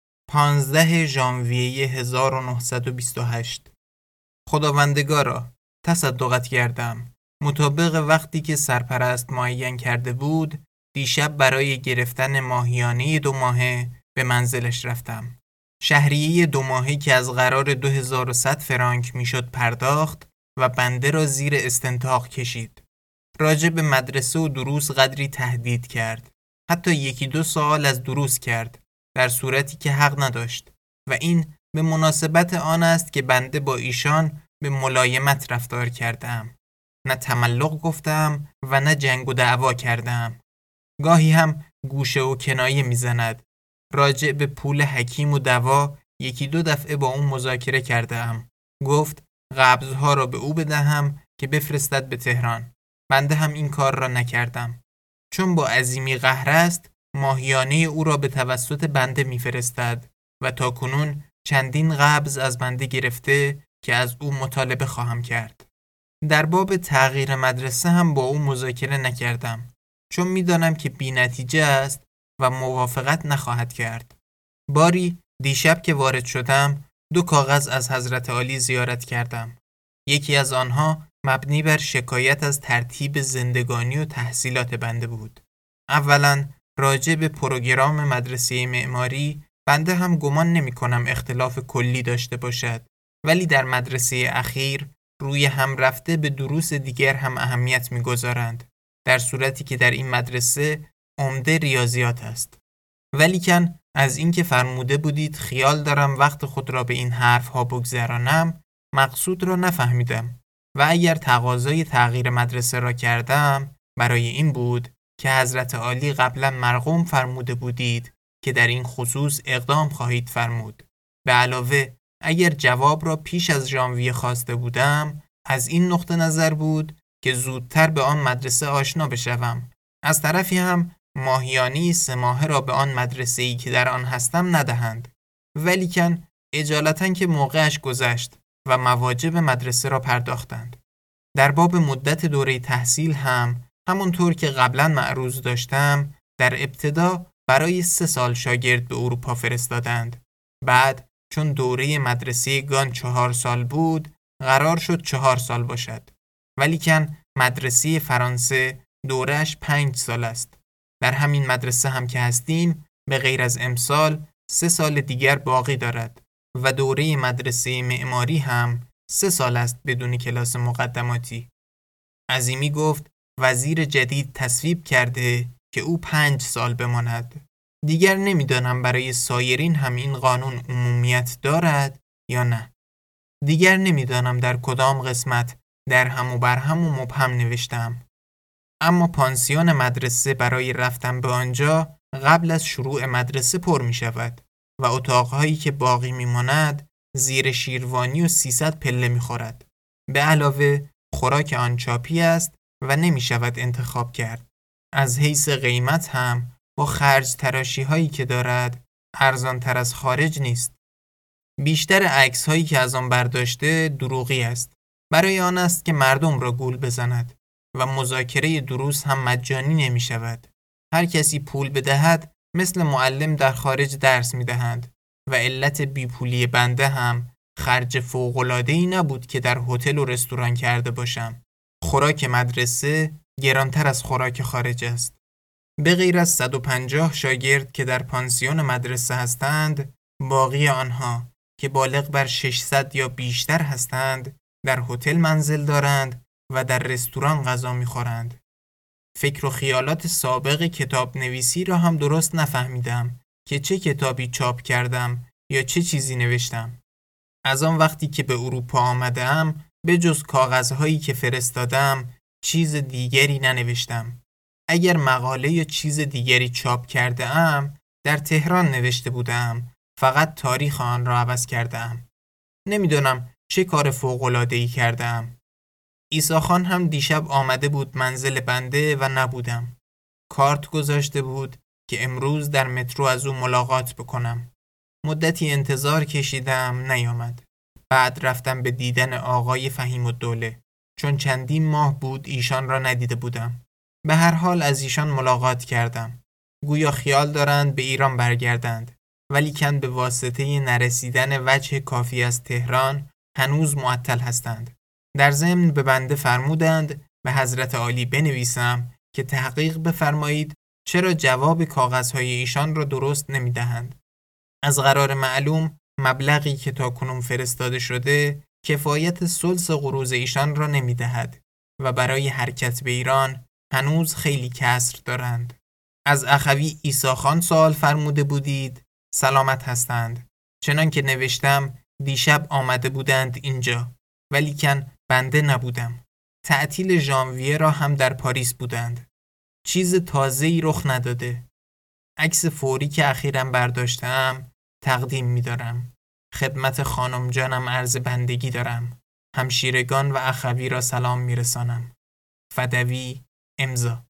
پانزده ژانویه هزار و نهصد و بیست و هشت. خداوندگارا، تصدقت کردم. مطابق وقتی که سرپرست معین کرده بود دیشب برای گرفتن ماهیانه دو ماهه به منزلش رفتم. شهریه دو ماهی که از قرار دو هزار و صد فرانک میشد پرداخت و بنده را زیر استنطاق کشید. راجع به مدرسه و دروس قدری تهدید کرد. حتی یکی دو سوال از دروس کرد در صورتی که حق نداشت و این به مناسبت آن است که بنده با ایشان به ملایمت رفتار کردم. نه تملق گفتم و نه جنگ و دعوا کردم. گاهی هم گوشه و کنایه میزند. راجع به پول حکیم و دوا یکی دو دفعه با اون مذاکره کردم. گفت قبضها را به او بدهم که بفرستد به تهران. بنده هم این کار را نکردم. چون با عظیمی قهر است ماهیانه او را به توسط بنده میفرستد و تا کنون چندین قبض از بنده گرفته که از او مطالبه خواهم کرد. در باب تغییر مدرسه هم با او مذاکره نکردم چون میدانم که بی نتیجه است و موافقت نخواهد کرد. باری دیشب که وارد شدم دو کاغذ از حضرت عالی زیارت کردم. یکی از آنها مبنی بر شکایت از ترتیب زندگانی و تحصیلات بنده بود. اولا راجع به پروگرام مدرسه معماری بنده هم گمان نمی کنم اختلاف کلی داشته باشد، ولی در مدرسه اخیر روی هم رفته به دروس دیگر هم اهمیت می‌گذارند، در صورتی که در این مدرسه عمده ریاضیات است. ولیکن از اینکه فرموده بودید خیال دارم وقت خود را به این حرف‌ها بگذرانم، مقصود را نفهمیدم و اگر تقاضای تغییر مدرسه را کردم برای این بود که حضرت عالی قبلا مرقوم فرموده بودید که در این خصوص اقدام خواهید فرمود. به علاوه اگر جواب را پیش از ژانویه خواسته بودم، از این نقطه نظر بود که زودتر به آن مدرسه آشنا بشوم. از طرفی هم ماهیانی سه ماهه را به آن مدرسه‌ای که در آن هستم ندهند. ولیکن اجالتا که موقعش گذشت و مواجب مدرسه را پرداختند. در باب مدت دوره تحصیل هم همونطور که قبلا معروض داشتم، در ابتدا برای سه سال شاگرد به اروپا فرستادند. بعد چون دوره مدرسه گان چهار سال بود، قرار شد چهار سال باشد. ولیکن مدرسه فرانسه دورهش پنج سال است. در همین مدرسه هم که هستیم، به غیر از امسال سه سال دیگر باقی دارد و دوره مدرسه معماری هم سه سال است بدون کلاس مقدماتی. عظیمی گفت وزیر جدید تصویب کرده که او پنج سال بماند. دیگر نمیدانم برای سایرین هم این قانون عمومیت دارد یا نه. دیگر نمیدانم در کدام قسمت در هم و بر هم و مبهم نوشتم. اما پانسیون مدرسه برای رفتن به آنجا قبل از شروع مدرسه پر می شود و اتاقهایی که باقی می ماند زیر شیروانی و سیصد پله می خورد. به علاوه خوراک آن چاپی است و نمی شود انتخاب کرد. از حیث قیمت هم با خرج تراشی هایی که دارد ارزان تر از خارج نیست. بیشتر عکس هایی که از آن برداشته دروغی است. برای آن است که مردم را گول بزند و مذاکره دروس هم مجانی نمی شود. هر کسی پول بدهد مثل معلم در خارج درس می دهند و علت بیپولی بنده هم خرج فوق‌العاده‌ای نبود که در هتل و رستوران کرده باشم. خوراک مدرسه گرانتر از خوراک خارج است. به غیر از صد و پنجاه شاگرد که در پانسیون مدرسه هستند، باقی آنها که بالغ بر ششصد یا بیشتر هستند در هتل منزل دارند و در رستوران غذا می‌خورند. فکر و خیالات سابق کتاب نویسی را هم درست نفهمیدم که چه کتابی چاپ کردم یا چه چیزی نوشتم. از آن وقتی که به اروپا آمدم به جز کاغذهایی که فرستادم چیز دیگری ننوشتم. اگر مقاله یا چیز دیگری چاپ کرده ام در تهران نوشته بودم، فقط تاریخ آن را عوض کردم. نمیدونم چه کار فوق‌العاده‌ای کردم. عیسی خان هم دیشب آمده بود منزل بنده و نبودم. کارت گذاشته بود که امروز در مترو از او ملاقات بکنم. مدتی انتظار کشیدم، نیامد. بعد رفتم به دیدن آقای فهیم الدوله، چون چندین ماه بود ایشان را ندیده بودم. به هر حال از ایشان ملاقات کردم. گویا خیال دارند به ایران برگردند، ولیکن به واسطه نرسیدن وجه کافی از تهران هنوز معطل هستند. در ضمن به بنده فرمودند به حضرت عالی بنویسم که تحقیق بفرمایید چرا جواب کاغذهای ایشان را درست نمی دهند. از قرار معلوم مبلغی که تا کنون فرستاده شده کفایت ثلث قروض ایشان را نمی دهد و برای حرکت به ایران هنوز خیلی کسر دارند. از اخوی عیسی خان سوال فرموده بودید، سلامت هستند. چنان که نوشتم دیشب آمده بودند اینجا، ولیکن بنده نبودم. تعطیل ژانویه را هم در پاریس بودند. چیز تازه‌ای رخ نداده. عکس فوری که اخیراً برداشتم تقدیم می‌دارم. خدمت خانم جانم عرض بندگی دارم. همشیرگان و اخوی را سلام می‌رسانم. فدوی امضا.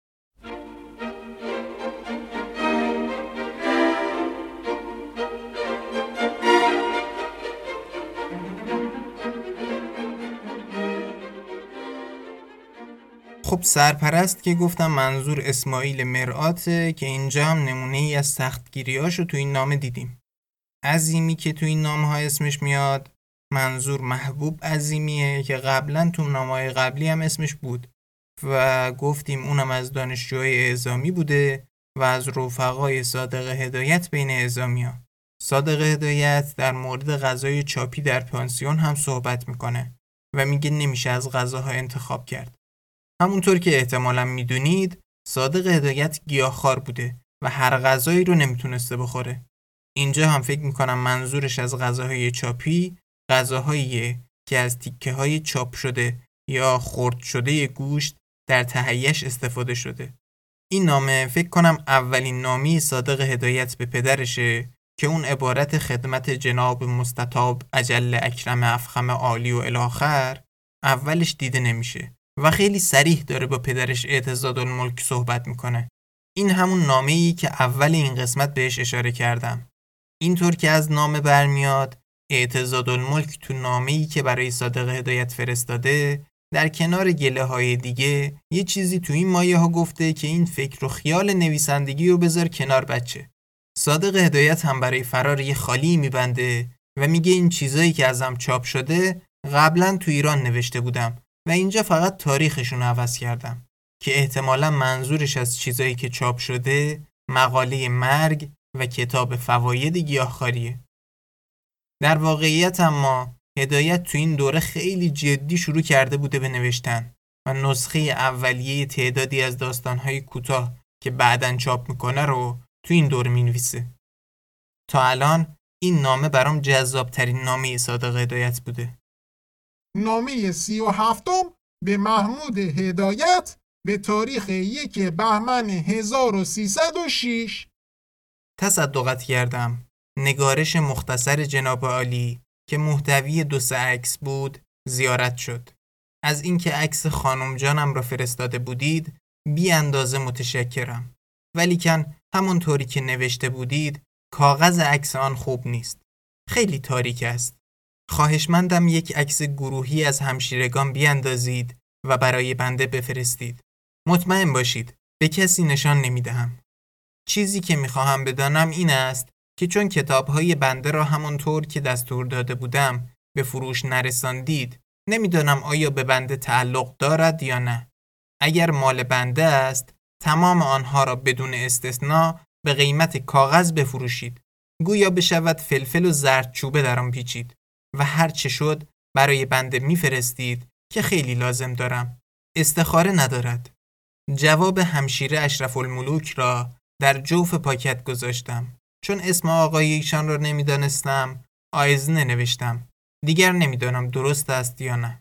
خب سرپرست که گفتم منظور اسماعیل مرآته که اینجا هم نمونه ای از سختگیریاشو تو این نامه دیدیم. عظیمی که تو این نامه ها اسمش میاد منظور محبوب عظیمیه که قبلا تو نامه‌های قبلی هم اسمش بود و گفتیم اونم از دانشجوهای اعزامی بوده و از رفقای صادق هدایت بین اعزامیا. صادق هدایت در مورد غذای چاپی در پانسیون هم صحبت میکنه و میگه نمیشه از غذاها انتخاب کرد. همونطور که احتمالاً میدونید صادق هدایت گیاهخوار بوده و هر غذایی رو نمیتونسته بخوره. اینجا هم فکر میکنم منظورش از غذاهای چاپی غذاهایی که از تیکه های چاپ شده یا خرد شده گوشت در تهیه‌اش استفاده شده. این نامه فکر کنم اولین نامه صادق هدایت به پدرشه که اون عبارت خدمت جناب مستطاب اجل اکرم افخم عالی و الاخر اولش دیده نمیشه و خیلی صریح داره با پدرش اعتضادالملک صحبت میکنه. این همون نامه‌ای که اول این قسمت بهش اشاره کردم. اینطور که از نامه برمیاد اعتضادالملک تو نامه‌ای که برای صادق هدایت فرستاده در کنار گله های دیگه یه چیزی تو این مایه ها گفته که این فکر و خیال نویسندگی رو بذار کنار بچه. صادق هدایت هم برای فرار یه خالی میبنده و میگه این چیزایی که ازم چاپ شده قبلا تو ایران نوشته بودم و اینجا فقط تاریخشون عوض کردم که احتمالا منظورش از چیزایی که چاپ شده مقاله مرگ و کتاب فواید گیاهخواریه. در واقعیت اما هدایت تو این دوره خیلی جدی شروع کرده بوده به نوشتن و نسخه اولیه تعدادی از داستان‌های کوتاه که بعداً چاپ میکنه رو تو این دوره مینویسه. تا الان این نامه برام جذاب‌ترین نامه صادق هدایت بوده. نامه سی و هفتم به محمود هدایت به تاریخ یک بهمن هزار و سیصد و شش. تصدقت کردم. نگارش مختصر جناب عالی که محتوی دو سه عکس بود زیارت شد. از اینکه عکس خانم جانم را فرستاده بودید بی اندازه متشکرم. ولیکن همونطوری که نوشته بودید کاغذ عکس آن خوب نیست. خیلی تاریک است. خواهشمندم یک عکس گروهی از همشیرگان بیاندازید و برای بنده بفرستید. مطمئن باشید به کسی نشان نمیدهم. چیزی که میخواهم بدانم این است که چون کتاب‌های بنده را همونطور که دستور داده بودم به فروش نرساندید، نمیدانم آیا به بنده تعلق دارد یا نه. اگر مال بنده است، تمام آنها را بدون استثنا به قیمت کاغذ بفروشید. گویا بشود فلفل و زردچوبه در آن پیچید و هر چه شد برای بنده میفرستید که خیلی لازم دارم. استخاره ندارد. جواب همشیره اشرف الملوک را در جوف پاکت گذاشتم. چون اسم آقای ایشان را نمیدانستم آیزنه نوشتم. دیگر نمیدانم درست است یا نه.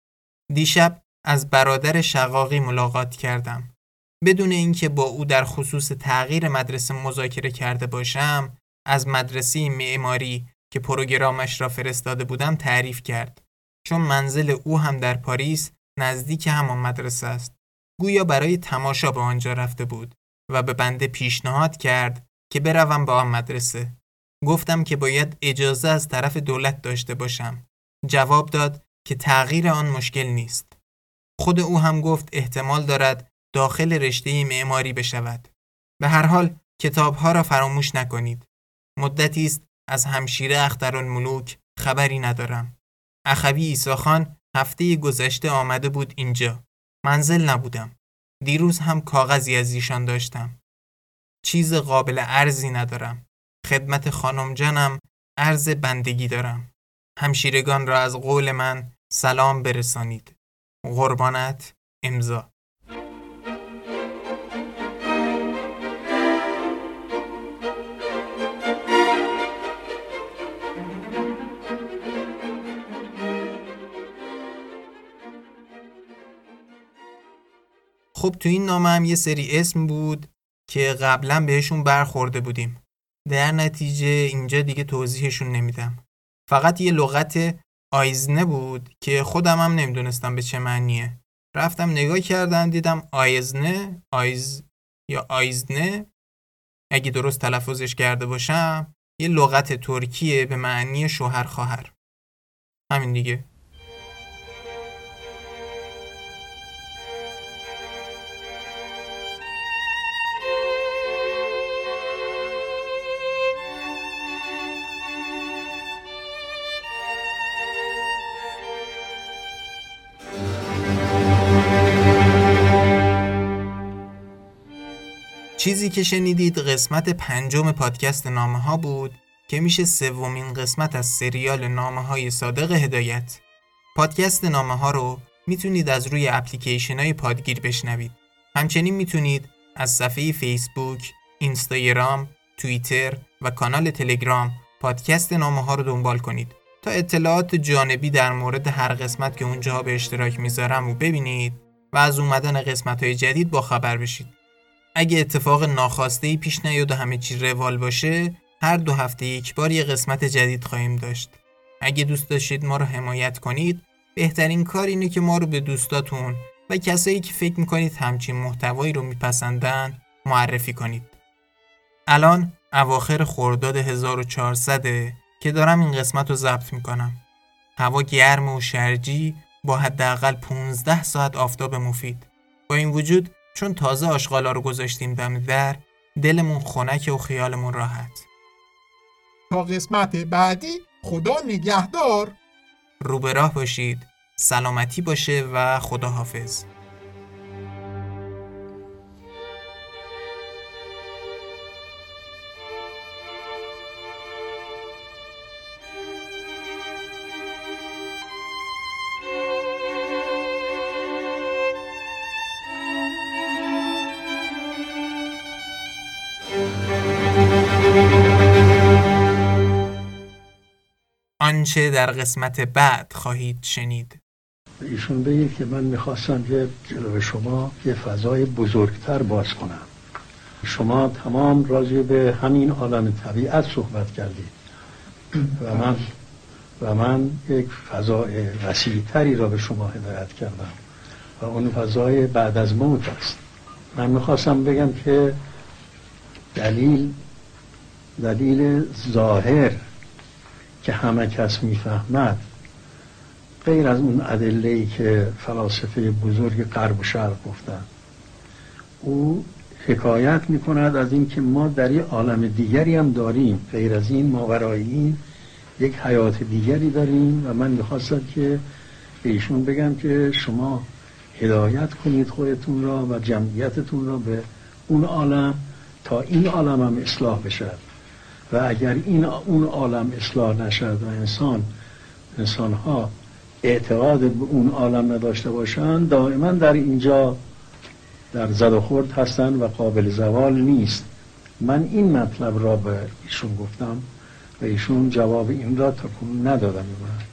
دیشب از برادر شقاقی ملاقات کردم. بدون اینکه با او در خصوص تغییر مدرسه مذاکره کرده باشم، از مدرسه معماری که پروگرامش را فرستاده بودم تعریف کرد. چون منزل او هم در پاریس نزدیک همان مدرسه است. گویا برای تماشا به آنجا رفته بود و به بنده پیشنهاد کرد که بروم به آن مدرسه. گفتم که باید اجازه از طرف دولت داشته باشم. جواب داد که تغییر آن مشکل نیست. خود او هم گفت احتمال دارد داخل رشته معماری بشود. به هر حال کتابها را فراموش نکنید. مدتی است از همشیره اخترالملوک خبری ندارم. اخوی عیساخان هفته گذشته آمده بود اینجا. منزل نبودم. دیروز هم کاغذی از ایشان داشتم. چیز قابل عرضی ندارم. خدمت خانم جانم عرض بندگی دارم. همشیرگان را از قول من سلام برسانید. قربانت امضا. خب تو این نامه هم یه سری اسم بود که قبلا بهشون برخورده بودیم. در نتیجه اینجا دیگه توضیحشون نمیدم. فقط یه لغت آیزنه بود که خودم هم نمیدونستم به چه معنیه. رفتم نگاه کردم دیدم آیزنه، آیز یا آیزنه اگه درست تلفظش کرده باشم یه لغت ترکیه به معنی شوهر خواهر. همین دیگه. چیزی که شنیدید قسمت پنجم پادکست نامه ها بود که میشه سومین قسمت از سریال نامه های صادق هدایت. پادکست نامه ها رو میتونید از روی اپلیکیشن های پادگیر بشنوید. همچنین میتونید از صفحه فیسبوک، اینستاگرام، توییتر و کانال تلگرام پادکست نامه ها رو دنبال کنید تا اطلاعات جانبی در مورد هر قسمت که اونجا به اشتراک میذارم رو ببینید و از اومدن قسمت های جدید با خبر بشید. اگه اتفاق ناخواسته‌ای پیش نیاد و همه چی روال باشه، هر دو هفته یک بار یه قسمت جدید خواهیم داشت. اگه دوست داشتید ما رو حمایت کنید، بهترین کار اینه که ما رو به دوستاتون و کسایی که فکر میکنید همچین محتوایی رو میپسندن معرفی کنید. الان اواخر خرداد هزار و چهارصد که دارم این قسمت رو ضبط میکنم. هوا گرم و شرجی با حداقل پونزده ساعت آفتاب مفید. با این وجود چون تازه آشغالا رو گذاشتیم دم در، دلمون خنک و خیالمون راحت. تا قسمت بعدی خدا نگهدار. رو به راه باشید، سلامتی باشه و خدا حافظ. آنچه در قسمت بعد خواهید شنید. ایشون بگید که من میخواستم که جلوی شما یه فضای بزرگتر باز کنم. شما تمام راجع به همین عالم طبیعت صحبت کردید و من و من یک فضای وسیع‌تری را به شما هدایت کردم و اون فضای بعد از موت است. من میخواستم بگم که دلیل دلیل ظاهر که همه کس میفهمد، غیر از اون ادله‌ای که فلاسفه بزرگ غرب و شرق گفتن، او حکایت میکند از این که ما در یک عالم دیگری هم داریم، غیر از این ماورای این یک حیات دیگری داریم و من میخواستم که به ایشون بگم که شما هدایت کنید خودتون را و جمعیتتون را به اون عالم تا این عالم هم اصلاح بشد و اگر این اون عالم اصلاح نشد و انسان انسان ها اعتقاد به اون عالم نداشته باشند، دائما در اینجا در زد و خورد هستن و قابل زوال نیست. من این مطلب را به ایشون گفتم و ایشون جواب این را تا کنون ندادن.